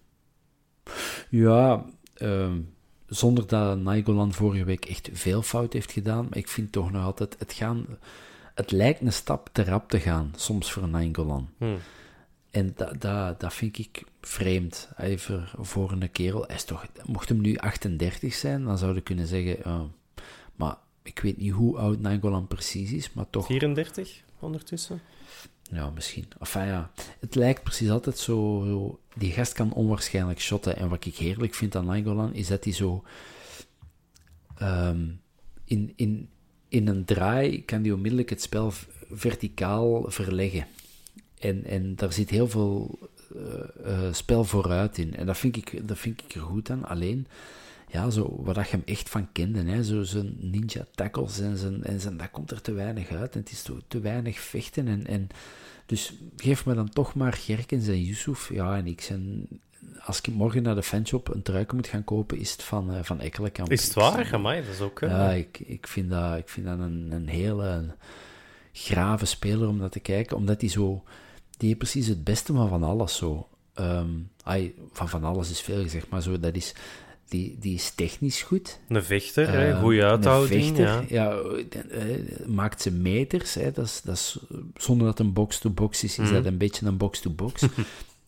Ja, ehm, zonder dat Nainggolan vorige week echt veel fout heeft gedaan, maar ik vind toch nog altijd, het, gaan, het lijkt een stap te rap te gaan, soms voor Nainggolan. Hmm. En dat, dat, dat vind ik vreemd. Hij voor, voor een kerel, hij is toch, mocht hem nu achtendertig zijn, dan zou je kunnen zeggen, uh, maar ik weet niet hoe oud Nainggolan precies is, maar toch... vierendertig ondertussen? Ja, misschien. Enfin ja, het lijkt precies altijd zo, zo... Die gast kan onwaarschijnlijk shotten. En wat ik heerlijk vind aan Nainggolan, is dat hij zo... Um, in, in, in een draai kan hij onmiddellijk het spel verticaal verleggen. En, en daar zit heel veel uh, uh, spel vooruit in. En dat vind ik, dat vind ik er goed aan. Alleen... Ja, zo, waar dat je hem echt van kende, hè, zo zijn ninja tackles en zijn, en zijn, dat komt er te weinig uit. En het is te, te weinig vechten. En, en, dus geef me dan toch maar Gerkens en Yusuf. Ja, en ik zijn, als ik morgen naar de fanshop een truiken moet gaan kopen, is het van, uh, van Ekkelenkamp. Is het waar? Amai, dat is ook... Uh... Ja, ik, ik vind dat, ik vind dat een, een hele grave speler om dat te kijken, omdat hij zo... Die heeft precies het beste van van alles, zo. Um, ay, van van alles is veel gezegd, maar zo, dat is... Die, die is technisch goed. Een vechter, uh, hè? Goede uithouding. Een vechter, ja. ja, uh, maakt ze meters. Hè? Dat is, dat is, zonder dat het een box-to-box is, is mm. dat een beetje een box-to-box. um,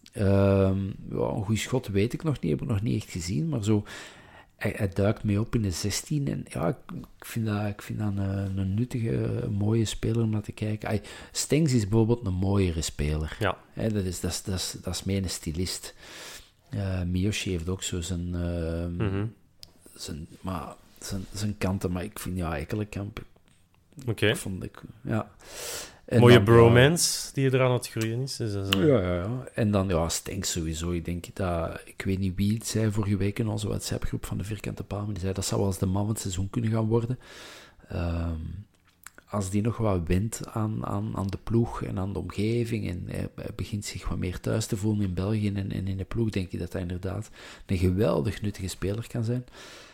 ja, een goed schot weet ik nog niet, heb ik nog niet echt gezien, maar zo... Hij, hij duikt mee op in de zestien en ja, ik, ik vind dat, ik vind dat een, een nuttige, een mooie speler om naar te kijken. Ay, Stengs is bijvoorbeeld een mooiere speler. Ja. Hè, dat, is, dat, is, dat, is, dat is meer een stylist. Uh, Miyoshi heeft ook zo zijn, uh, mm-hmm. zijn, maar, zijn, zijn kanten, maar ik vind, ja, Ekkelenkamp, Oké. Okay. vond ik, ja. En mooie dan, bromance uh, die er aan het groeien is. Dus dat is uh... ja, ja, ja. En dan, ja, Stenks sowieso. Ik denk dat, ik weet niet wie het zei vorige week in onze WhatsApp-groep van de Vierkante Paal, maar die zei dat zou wel eens de man van het seizoen kunnen gaan worden. Um, als die nog wat wint aan, aan, aan de ploeg en aan de omgeving en hij, hij begint zich wat meer thuis te voelen in België en, en in de ploeg, denk ik dat hij inderdaad een geweldig nuttige speler kan zijn.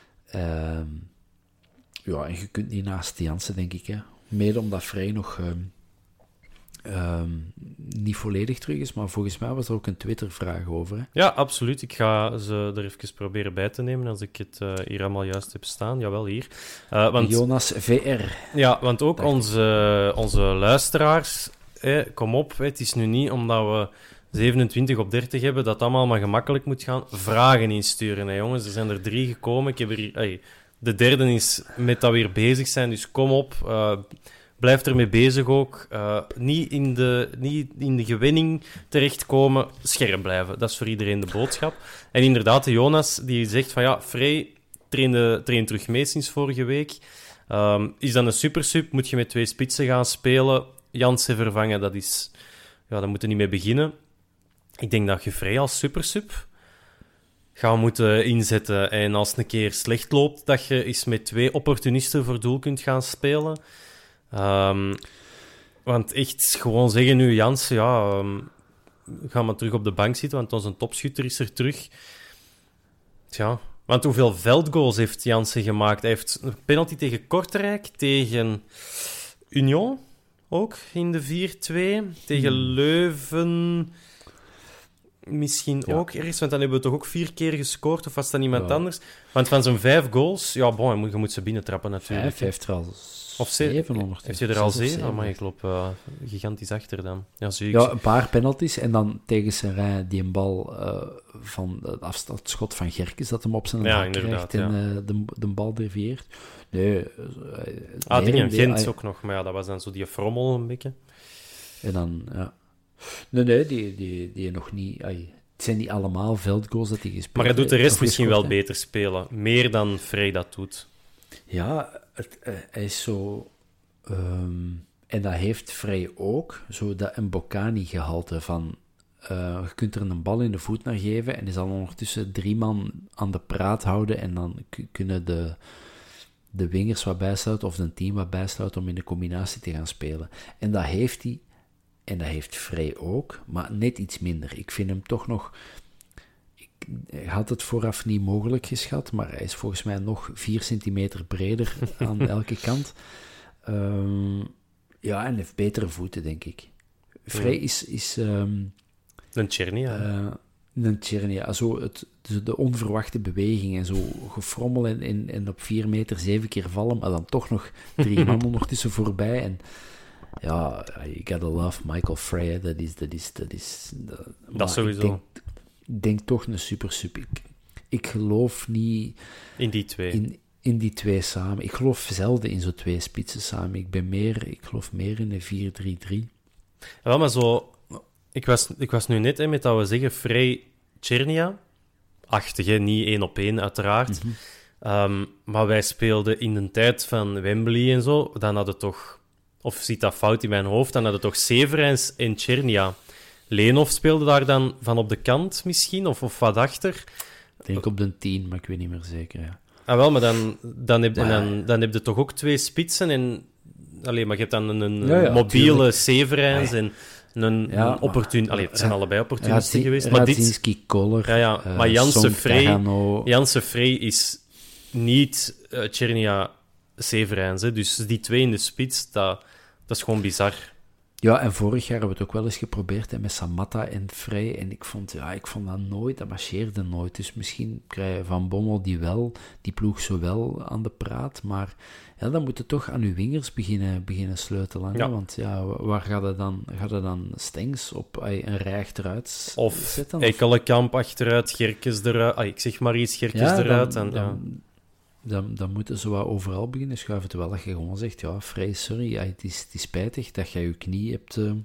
Um, ja, en je kunt niet naast Jansen, denk ik. Hè. Mede omdat Vrij nog um, um, niet volledig terug is, maar volgens mij was er ook een Twitter-vraag over. Hè. Ja, absoluut. Ik ga ze er even proberen bij te nemen als ik het uh, hier allemaal juist heb staan. Jawel, hier. Uh, want, Jonas V R. Ja, want ook onze, onze luisteraars, hè, kom op, hè, het is nu niet omdat we zevenentwintig op dertig hebben, dat het allemaal maar gemakkelijk moet gaan. Vragen insturen, hè, jongens. Er zijn er drie gekomen. Ik heb er hier, hey, de derde is met dat weer bezig zijn, dus kom op. Uh, blijf ermee bezig ook. Uh, niet, in de, niet in de gewenning terechtkomen. Scherp blijven. Dat is voor iedereen de boodschap. En inderdaad, de Jonas die zegt van ja, Frey trainde, traint terug mee sinds vorige week. Um, is dan een supersub? Moet je met twee spitsen gaan spelen? Jansen vervangen, dat is... Ja, daar moeten we niet mee beginnen. Ik denk dat je Frey als supersub gaan moeten inzetten. En als het een keer slecht loopt, dat je eens met twee opportunisten voor doel kunt gaan spelen. Um, want echt gewoon zeggen nu, Jansen, ja, um, ga maar terug op de bank zitten, want onze topschutter is er terug. Tja, want hoeveel veldgoals heeft Jansen gemaakt? Hij heeft een penalty tegen Kortrijk, tegen Union ook in de vier twee, tegen hmm. Leuven misschien ja. ook ergens, want dan hebben we toch ook vier keer gescoord, of was dat iemand ja. anders? Want van zo'n vijf goals, ja, bon, je moet, je moet ze binnentrappen natuurlijk. Vijf heeft er al of zeven ondertussen. Heeft je er al zeven? Oh, maar ik loop uh, gigantisch achter dan. Ja, zeker. Ja, een paar penalties en dan tegen Serijn die een bal uh, van het afstandsschot van Gerkes dat hem op zijn ja, hak krijgt en ja. uh, de, de bal dervieert. Nee. Uh, ah, dingen, Gent uh, ook nog, maar ja, dat was dan zo die frommel een beetje. En dan, ja. Nee, nee, die, die, die nog niet... Ay, het zijn niet allemaal veldgoals dat hij gespeeld heeft. Maar hij doet de rest misschien wel beter spelen. Meer dan Frey dat doet. Ja, het, uh, hij is zo... Um, en dat heeft Frey ook, zo dat een Bocani-gehalte van... Uh, je kunt er een bal in de voet naar geven en is al ondertussen drie man aan de praat houden en dan k- kunnen de, de wingers wat bijsluiten of een team wat bijsluiten om in de combinatie te gaan spelen. En dat heeft hij, en dat heeft Frey ook, maar net iets minder. Ik vind hem toch nog... Ik had het vooraf niet mogelijk geschat, maar hij is volgens mij nog vier centimeter breder aan elke kant. Um, ja, en heeft betere voeten, denk ik. Frey ja. is... is um, een Tchernia. Uh, een Tchernia. Zo het, de onverwachte beweging en zo gefrommel en, en, en op vier meter zeven keer vallen, maar dan toch nog drie man ondertussen voorbij. En ja, you gotta love Michael Frey. Dat is... Dat is, dat is dat, dat sowieso. Ik denk, denk toch een super super. Ik, ik geloof niet... In die twee. In, in die twee samen. Ik geloof zelden in zo'n twee spitsen samen. Ik ben meer... Ik geloof meer in een vier drie drie. Ja, maar zo... Ik was, ik was nu net hè, met dat we zeggen Frey Tchernia. Achtig, hè? Niet één op één, uiteraard. Mm-hmm. Um, maar wij speelden in de tijd van Wembley en zo. Dan hadden toch... Of zit dat fout in mijn hoofd? Dan hadden toch Severijns en Tchernia. Leenhoff speelde daar dan van op de kant misschien, of, of wat achter. Ik denk op de tien, maar ik weet niet meer zeker, ja. Ah, wel, maar dan, dan, heb, maar, en dan, dan heb je toch ook twee spitsen en... Allee, maar je hebt dan een, een ja, ja, mobiele Severijns en een, ja, een opportun... Allee, het zijn ja, allebei opportunisten Radzi- geweest. Maar Radzinski, dit... Koller, ja, ja, uh, maar Jansen Frey, Frey... Jansen Frey is niet uh, Tchernia Severijns, hè. Dus die twee in de spits, dat, dat is gewoon bizar. Ja, en vorig jaar hebben we het ook wel eens geprobeerd hè, met Samatta en Frey. En ik vond, ja, ik vond dat nooit, dat marcheerde nooit. Dus misschien krijg je Van Bommel die wel, die ploeg zo wel aan de praat. Maar ja, dan moet je toch aan uw wingers beginnen, beginnen sleutelen. Ja. Want ja, waar gaat het dan? Gaat het dan Stengs op een rij achteruit of zetten? Ekkelenkamp achteruit, Gerkes eruit. Ah, ik zeg maar iets, Gerkes ja, eruit. Dan, en, dan, ja. Dan, dan moeten ze wat overal beginnen schuiven, terwijl dat je gewoon zegt, ja, Frey, sorry, ja, het, is, het is spijtig dat jij je knie hebt uh,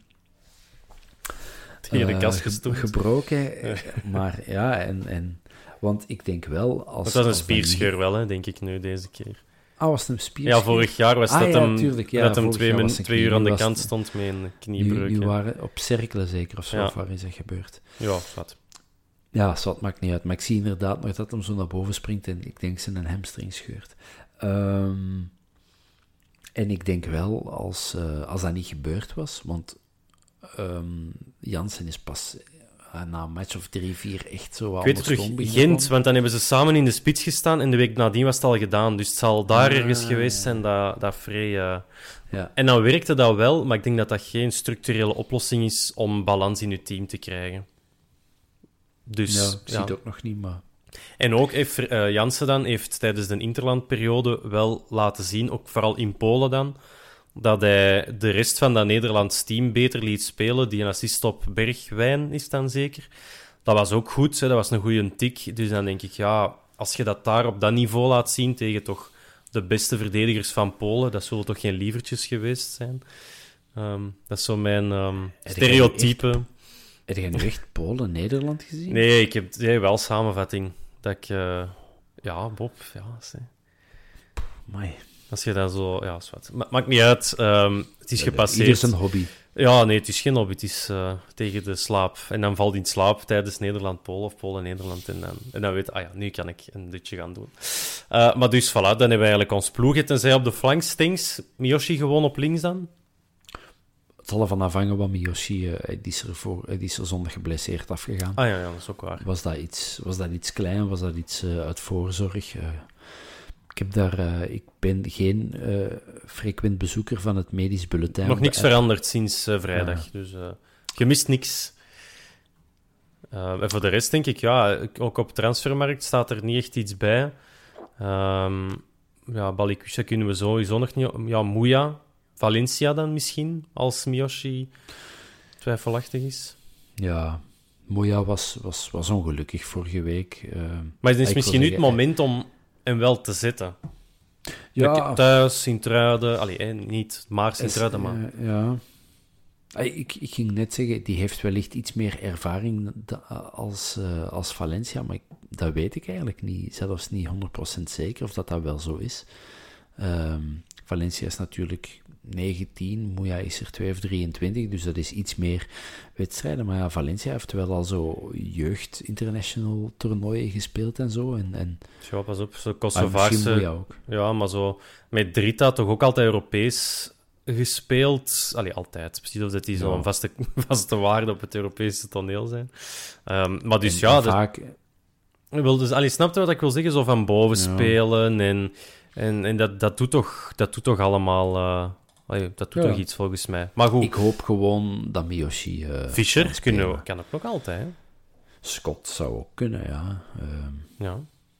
tegen de kast gestoomd. gebroken. Ja. Maar ja, en, en... Want ik denk wel... Als, het was een als spierscheur niet... wel, hè, denk ik nu, deze keer. Ah, was het een spierscheur? Ja, vorig jaar was ah, dat ja, hem, tuurlijk, ja, dat hem twee, min, twee uur aan de kant het... stond met een kniebreuk. Nu, nu waren op cirkelen zeker, of zo, ja. of waar is dat gebeurd? Ja, wat. Ja, dat maakt niet uit. Maar ik zie inderdaad nog dat hem zo naar boven springt en ik denk zijn een hamstring scheurt. Um, en ik denk wel, als, uh, als dat niet gebeurd was, want um, Jansen is pas uh, na een match of drie, vier echt zo... Ik weet het terug, Gent, want dan hebben ze samen in de spits gestaan en de week nadien was het al gedaan. Dus het zal daar ah, ergens geweest zijn dat, dat Frey... Uh... Ja. En dan werkte dat wel, maar ik denk dat dat geen structurele oplossing is om balans in je team te krijgen. Dus, ja, ik zie ja. het ook nog niet, maar... En ook heeft uh, Jansen dan heeft tijdens de interlandperiode wel laten zien, ook vooral in Polen dan, dat hij de rest van dat Nederlands team beter liet spelen. Die een assist op Bergwijn is dan zeker. Dat was ook goed, hè? Dat was een goede tik. Dus dan denk ik, ja, als je dat daar op dat niveau laat zien tegen toch de beste verdedigers van Polen, dat zullen toch geen lievertjes geweest zijn. Um, dat is zo mijn um, stereotype. Heb je nu echt Polen-Nederland gezien? Nee, ik heb ja, wel samenvatting. Dat ik... Uh, ja, Bob, ja... Amai. Als je dat zo... Ja, zwart. Ma- maakt niet uit. Um, het is ja, gepasseerd. Ieder zijn hobby. Ja, nee, het is geen hobby. Het is uh, tegen de slaap. En dan valt in slaap tijdens Nederland-Polen of Polen-Nederland. En dan, en dan weet je, ah ja, nu kan ik een dutje gaan doen. Uh, maar dus, voilà, dan hebben we eigenlijk ons ploeg. Tenzij op de flank, Stengs, Miyoshi gewoon op links dan? het zal ervan afhangen wat Miyoshi, uh, die, is er voor, uh, die is er zondag geblesseerd afgegaan. Ah ja, ja, dat is ook waar. Was dat iets, was dat iets klein? Was dat iets uh, uit voorzorg? Uh, ik, heb daar, uh, ik ben geen uh, frequent bezoeker van het medisch bulletin. Nog niks veranderd sinds uh, vrijdag, uh, dus uh, je mist niks. Uh, en voor de rest denk ik, ja, ook op Transfermarkt staat er niet echt iets bij. Um, ja, Balikwisha kunnen we sowieso nog niet... Ja, Mouya, Valencia dan misschien, als Miyoshi twijfelachtig is. Ja, Mouya was, was, was ongelukkig vorige week. Uh, maar het is misschien nu het moment om hem wel te zetten. Ja. Thuis, Sint-Truiden... Allee, eh, niet maar Sint-Truiden, maar... Uh, ja... Ik, ik ging net zeggen, die heeft wellicht iets meer ervaring als, uh, als Valencia, maar ik, dat weet ik eigenlijk niet. Zelfs niet honderd procent zeker of dat dat wel zo is. Um, Valencia is natuurlijk negentien, Mouya is er twee of drieëntwintig, dus dat is iets meer wedstrijden. Maar ja, Valencia heeft wel al zo jeugd-international toernooien gespeeld en zo. En, en... Ja, pas op, zo Kosovaarse... Ah, ja, maar zo met Drita toch ook altijd Europees... gespeeld. Allee, altijd. Precies of dat die zo'n ja. vaste, vaste waarde op het Europese toneel zijn. Um, maar dus en, ja... En vaak... de, wil dus, allee, snap je wat ik wil zeggen? Zo van boven ja. spelen en, en, en dat, dat, doet toch, dat doet toch allemaal... Uh, allee, dat doet ja. toch iets, volgens mij. Maar goed. Ik hoop gewoon dat Miyoshi... Uh, Fischer kunnen, kan ook nog altijd, hè? Scott zou ook kunnen, ja. Um... Ja.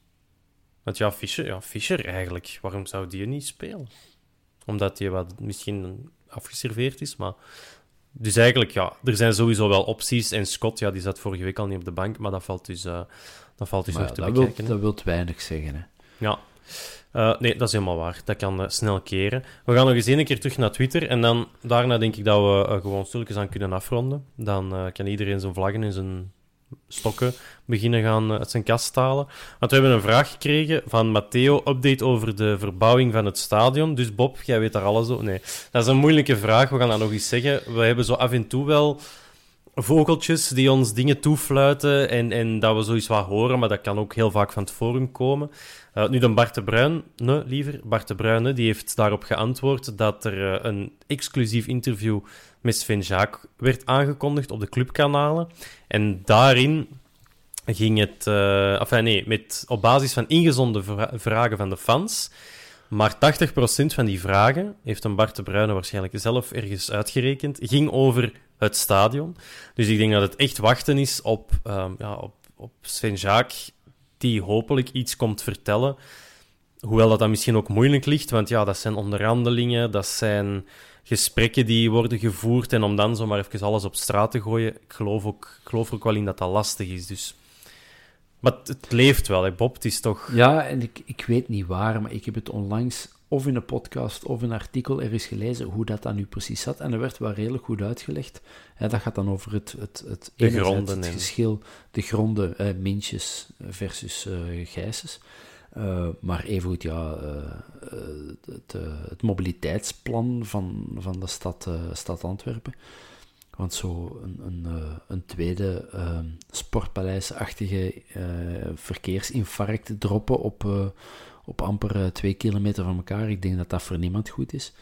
Want ja, Fischer, ja, Fischer eigenlijk. Waarom zou die niet spelen? Omdat hij wat misschien afgeserveerd is, maar... Dus eigenlijk, ja, er zijn sowieso wel opties. En Scott, ja, die zat vorige week al niet op de bank, maar dat valt dus, uh, dat valt dus nog te dat bekijken. Wilt, dat wil weinig zeggen, hè. Ja. Uh, nee, dat is helemaal waar. Dat kan uh, snel keren. We gaan nog eens een keer terug naar Twitter. En dan, daarna denk ik dat we uh, gewoon stilletjes aan kunnen afronden. Dan uh, kan iedereen zijn vlaggen en zijn stokken beginnen gaan uit zijn kast halen. Want we hebben een vraag gekregen van Matteo, update over de verbouwing van het stadion. Dus Bob, jij weet daar alles over. Nee, dat is een moeilijke vraag. We gaan dat nog eens zeggen. We hebben zo af en toe wel vogeltjes die ons dingen toefluiten en, en dat we zoiets wat horen, maar dat kan ook heel vaak van het forum komen. Uh, nu dan Bart de Bruyne, nee, liever, Bart de Bruyne, die heeft daarop geantwoord dat er uh, een exclusief interview met Sven Jaak werd aangekondigd op de clubkanalen. En daarin ging het... Uh, enfin, nee, met, op basis van ingezonden vra- vragen van de fans. Maar tachtig procent van die vragen, heeft een Bart de Bruyne waarschijnlijk zelf ergens uitgerekend, ging over het stadion. Dus ik denk dat het echt wachten is op, um, ja, op, op Sven Jaak, die hopelijk iets komt vertellen. Hoewel dat dan misschien ook moeilijk ligt, want ja, dat zijn onderhandelingen, dat zijn gesprekken die worden gevoerd. En om dan zomaar even alles op straat te gooien, ik geloof, ook, ik geloof er ook wel in dat dat lastig is. Dus. Maar het, het leeft wel, hè, Bob? Het is toch... Ja, en ik, ik weet niet waar, maar ik heb het onlangs of in een podcast of een artikel ergens gelezen hoe dat dan nu precies zat. En er werd wel redelijk goed uitgelegd. Ja, dat gaat dan over het, het, het, de gronden, het geschil, de gronden, eh, Mintjes versus uh, Gijsens. Uh, maar evengoed, ja, uh, het, uh, het mobiliteitsplan van, van de stad, uh, stad Antwerpen. Want zo een, een, uh, een tweede uh, sportpaleisachtige uh, verkeersinfarct droppen op, uh, op amper uh, twee kilometer van elkaar, ik denk dat dat voor niemand goed is.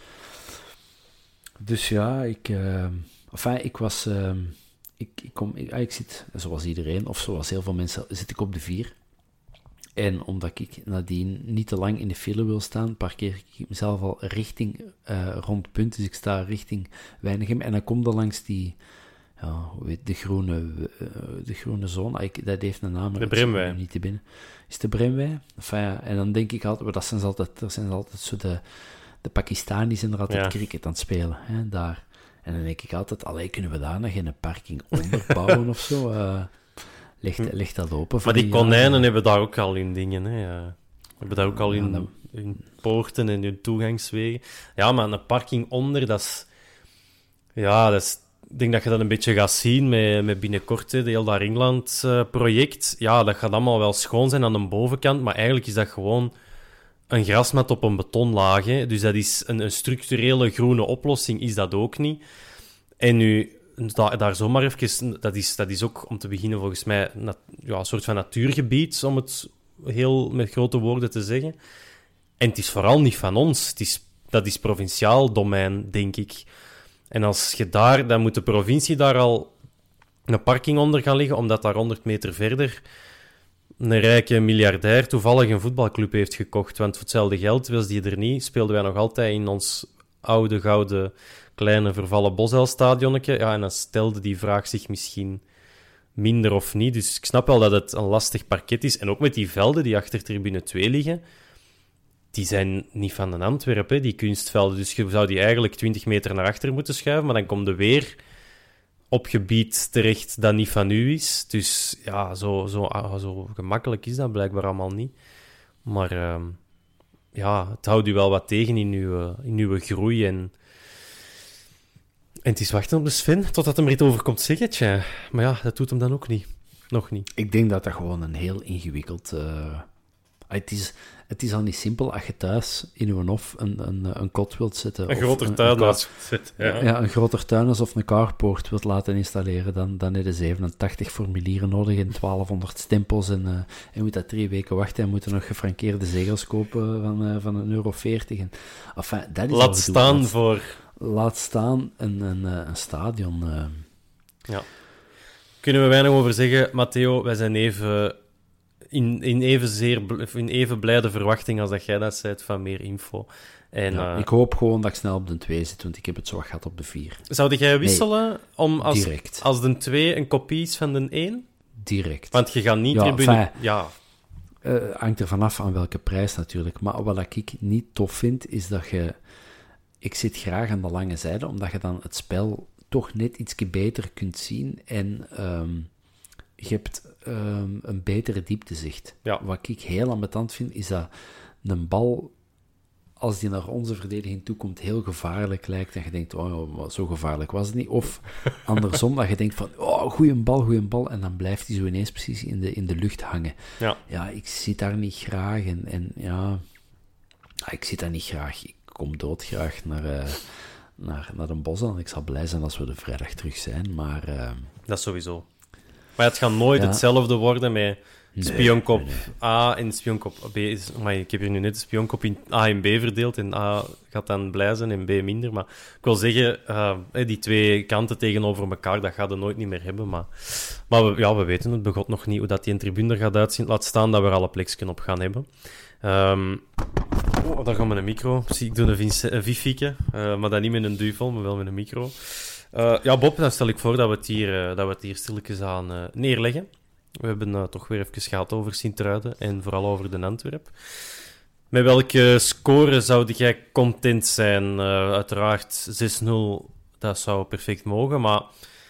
Dus ja, ik, uh, enfin, ik was, uh, ik, ik, kom, ik, ik zit, zoals iedereen, of zoals heel veel mensen, zit ik op de vier. En omdat ik nadien niet te lang in de file wil staan, parkeer ik mezelf al richting uh, Rondpunt. Dus ik sta richting Weinigem. En dan kom er langs die, ja, hoe heet, de groene, uh, de groene zone. Ik, dat heeft een naam. De Bremwei. Niet te binnen. Is het de Bremwei? Enfin, ja, en dan denk ik altijd, dat zijn altijd, er zijn altijd zo de, de Pakistanis zijn er altijd ja. cricket aan het spelen. Hè, daar. En dan denk ik altijd, allee, kunnen we daar nog geen parking onderbouwen of zo? Uh, Ligt, ligt dat open? Maar die konijnen jaar? hebben daar ook al in dingen. Hè, ja. Hebben daar ook al in, ja, dat... in poorten en in toegangswegen. Ja, maar een parking onder, dat is... Ja, dat is... Ik denk dat je dat een beetje gaat zien met, met binnenkort, hè, de heel daar England-project. Ja, dat gaat allemaal wel schoon zijn aan de bovenkant, maar eigenlijk is dat gewoon een grasmat op een betonlaag. Hè. Dus dat is een, een structurele groene oplossing, is dat ook niet. En nu... Daar, daar zomaar even... Dat is, dat is ook, om te beginnen, volgens mij nat, ja, een soort van natuurgebied, om het heel met grote woorden te zeggen. En het is vooral niet van ons. Het is, dat is provinciaal domein, denk ik. En als je daar... Dan moet de provincie daar al een parking onder gaan liggen, omdat daar honderd meter verder een rijke miljardair toevallig een voetbalclub heeft gekocht. Want voor hetzelfde geld was die er niet. Speelden wij nog altijd in ons oude, gouden, kleine, vervallen Bosuil-stadionnetje. Ja, en dan stelde die vraag zich misschien minder of niet. Dus ik snap wel dat het een lastig parket is. En ook met die velden die achter tribune twee liggen, die zijn niet van de Antwerpen, die kunstvelden. Dus je zou die eigenlijk twintig meter naar achter moeten schuiven, maar dan komt er weer op gebied terecht dat niet van u is. Dus ja, zo, zo, zo gemakkelijk is dat blijkbaar allemaal niet. Maar uh, ja, het houdt u wel wat tegen in uw, in uw groei. En, en het is wachten op de Sven, totdat hem er iets over komt zeggen. Tja. Maar ja, dat doet hem dan ook niet. Nog niet. Ik denk dat dat gewoon een heel ingewikkeld... Uh... Het is, het is al niet simpel als je thuis in uw hof een, een, een kot wilt zetten. Een groter tuin wilt zetten. Ja. ja, een groter tuinhuis of een carport wilt laten installeren. Dan, dan heb je zevenentachtig formulieren nodig en twaalfhonderd stempels. En, uh, en moet dat drie weken wachten en moeten nog gefrankeerde zegels kopen van, uh, van een euro veertig. En, enfin, dat is laat staan laat, voor... Laat staan een, een, een stadion. Uh. Ja. Kunnen we weinig over zeggen. Matteo, wij zijn even... In, in, evenzeer, in even blijde verwachting als dat jij dat zei van meer info. En, ja, uh, ik hoop gewoon dat ik snel op de twee zit, want ik heb het zo gehad op de vier. Zou jij wisselen nee, om als, direct. als de twee een kopie is van de één? Direct. Want je gaat niet ja, tribune... Fijn, ja, uh, hangt er vanaf aan welke prijs natuurlijk. Maar wat ik niet tof vind, is dat je... Ik zit graag aan de lange zijde, omdat je dan het spel toch net iets beter kunt zien en... Um, je hebt um, een betere dieptezicht. Ja. Wat ik heel ambetant vind, is dat een bal, als die naar onze verdediging toekomt, heel gevaarlijk lijkt. En je denkt, oh, zo gevaarlijk was het niet. Of andersom, dat je denkt van, oh, goeie bal, goeie bal. En dan blijft die zo ineens precies in de, in de lucht hangen. Ja, ja ik zit daar niet graag. En, en ja, ik zit daar niet graag. Ik kom doodgraag naar... Uh, naar, naar een bos. En ik zal blij zijn als we de vrijdag terug zijn. Maar... Uh, dat is sowieso. Maar het gaat nooit ja. hetzelfde worden met spionkop nee, nee, nee. A en spionkop B. Maar ik heb hier nu net de spionkop in A en B verdeeld. En A gaat dan blij zijn en B minder. Maar ik wil zeggen, uh, die twee kanten tegenover elkaar, dat gaat er nooit niet meer hebben. Maar, maar we, ja, we weten het begot nog niet hoe dat die tribune er gaat uitzien. Laat staan dat we er alle plekjes op gaan hebben. Um, oh, daar gaat mijn micro. Ik doe een vifieke, uh, maar dan niet met een duvel, maar wel met een micro. Uh, ja, Bob, dan stel ik voor dat we het hier, uh, dat we het hier stilletjes aan uh, neerleggen. We hebben uh, toch weer even gehad over Sint-Truiden en vooral over de Antwerp. Met welke score zou jij content zijn? Uh, uiteraard zes nul, dat zou perfect mogen, maar...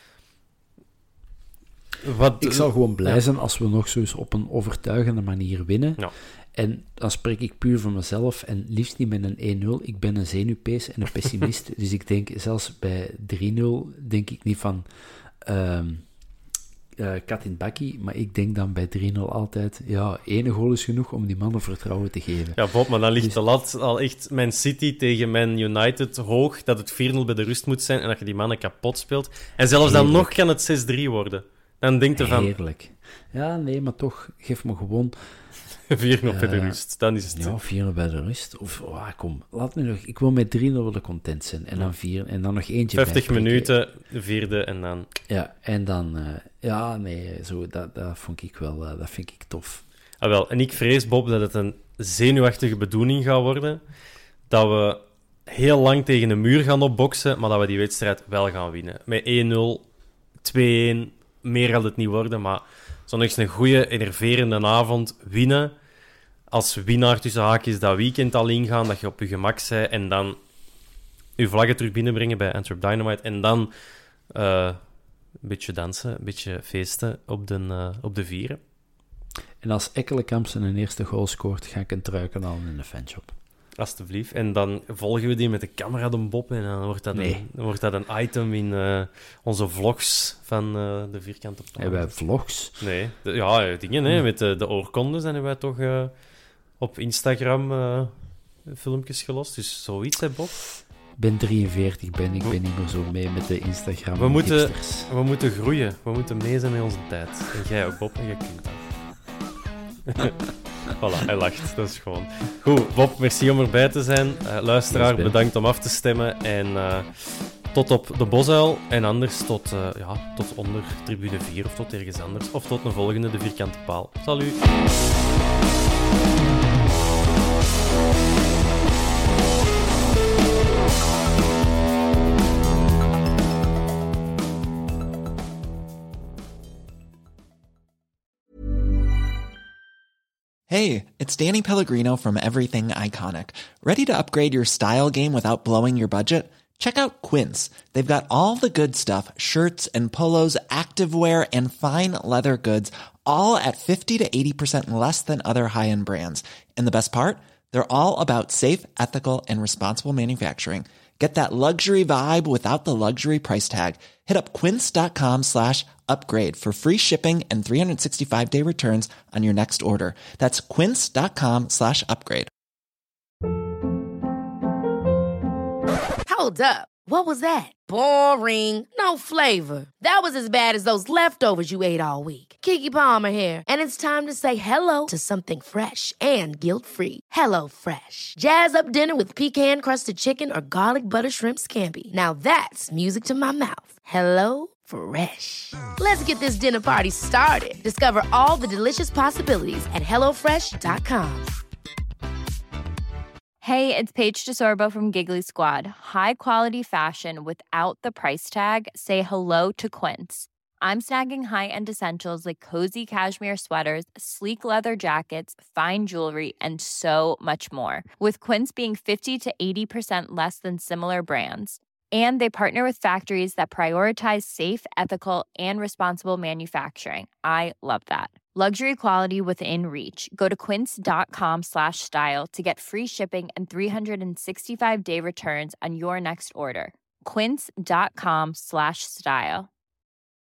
Wat... Ik zou gewoon blij zijn als we nog zo eens op een overtuigende manier winnen. Ja. En dan spreek ik puur voor mezelf en liefst niet met een één nul. Ik ben een zenuwpees en een pessimist. Dus ik denk, zelfs bij drie nul denk ik niet van uh, uh, kat in bakkie. Maar ik denk dan bij drie nul altijd, ja, één goal is genoeg om die mannen vertrouwen te geven. Ja, Bob, maar dan ligt dus... de lat al echt Man City tegen Man United hoog, dat het vier nul bij de rust moet zijn en dat je die mannen kapot speelt. En zelfs Heerlijk. Dan nog kan het zes drie worden. Dan denk je van... Heerlijk. Ja, nee, maar toch, geef me gewoon... vier nul bij de rust, dan is het... Ja, vier nul bij de rust. Of, oh, kom, laat me nog... Ik wil met drie nul willen content zijn. En dan vier en dan nog eentje vijftig minuten, de vierde en dan... Ja, en dan... Uh, ja, nee, zo, dat, dat vond ik wel... Uh, dat vind ik tof. Ah, wel. En ik vrees, Bob, dat het een zenuwachtige bedoeling gaat worden. Dat we heel lang tegen een muur gaan opboksen, maar dat we die wedstrijd wel gaan winnen. Met één nul, twee één, meer gaat het niet worden, maar... Zo'n echt een goede, enerverende avond winnen. Als winnaar tussen haakjes dat weekend al ingaan, dat je op je gemak bent. En dan je vlaggen terug binnenbrengen bij Antwerp Dynamite. En dan uh, een beetje dansen, een beetje feesten op de, uh, op de vieren. En als Ekkelenkamp zijn eerste goal scoort, ga ik een truiken halen in de fanshop. Alsjeblieft. En dan volgen we die met de camera, de Bob. En dan wordt dat, nee. een, dan wordt dat een item in uh, onze vlogs van uh, de Vierkante Paal. Hebben wij vlogs? Nee. De, ja, dingen, hè. Met de, de oorkondes hebben wij toch uh, op Instagram uh, filmpjes gelost. Dus zoiets, hè, Bob? Ik ben drieënveertig, ben ik ben niet meer zo mee met de Instagram we moeten, we moeten groeien. We moeten mee zijn met onze tijd. En jij ook, Bob. En jij kunt dat. Voilà, hij lacht. Dat is gewoon... Goed, Bob, merci om erbij te zijn. Uh, luisteraar, bedankt om af te stemmen. En uh, tot op de Bosuil en anders tot, uh, ja, tot onder tribune vier of tot ergens anders. Of tot een volgende De Vierkante Paal. Salut! Hey, it's Danny Pellegrino from Everything Iconic. Ready to upgrade your style game without blowing your budget? Check out Quince. They've got all the good stuff, shirts and polos, activewear, and fine leather goods, all at fifty to eighty percent less than other high-end brands. And the best part? They're all about safe, ethical, and responsible manufacturing. Get that luxury vibe without the luxury price tag. Hit up quince.com slash upgrade for free shipping and three sixty-five day returns on your next order. That's quince.com slash upgrade. Hold up. What was that? Boring. No flavor. That was as bad as those leftovers you ate all week. Keke Palmer here. And it's time to say hello to something fresh and guilt-free. Hello Fresh. Jazz up dinner with pecan-crusted chicken or garlic butter shrimp scampi. Now that's music to my mouth. Hello Fresh. Let's get this dinner party started. Discover all the delicious possibilities at hello fresh dot com. Hey, it's Paige DeSorbo from Giggly Squad. High quality fashion without the price tag. Say hello to Quince. I'm snagging high-end essentials like cozy cashmere sweaters, sleek leather jackets, fine jewelry, and so much more. With Quince being fifty to eighty percent less than similar brands. And they partner with factories that prioritize safe, ethical, and responsible manufacturing. I love that. Luxury quality within reach. Go to quince.com slash style to get free shipping and three sixty-five day returns on your next order. Quince.com slash style.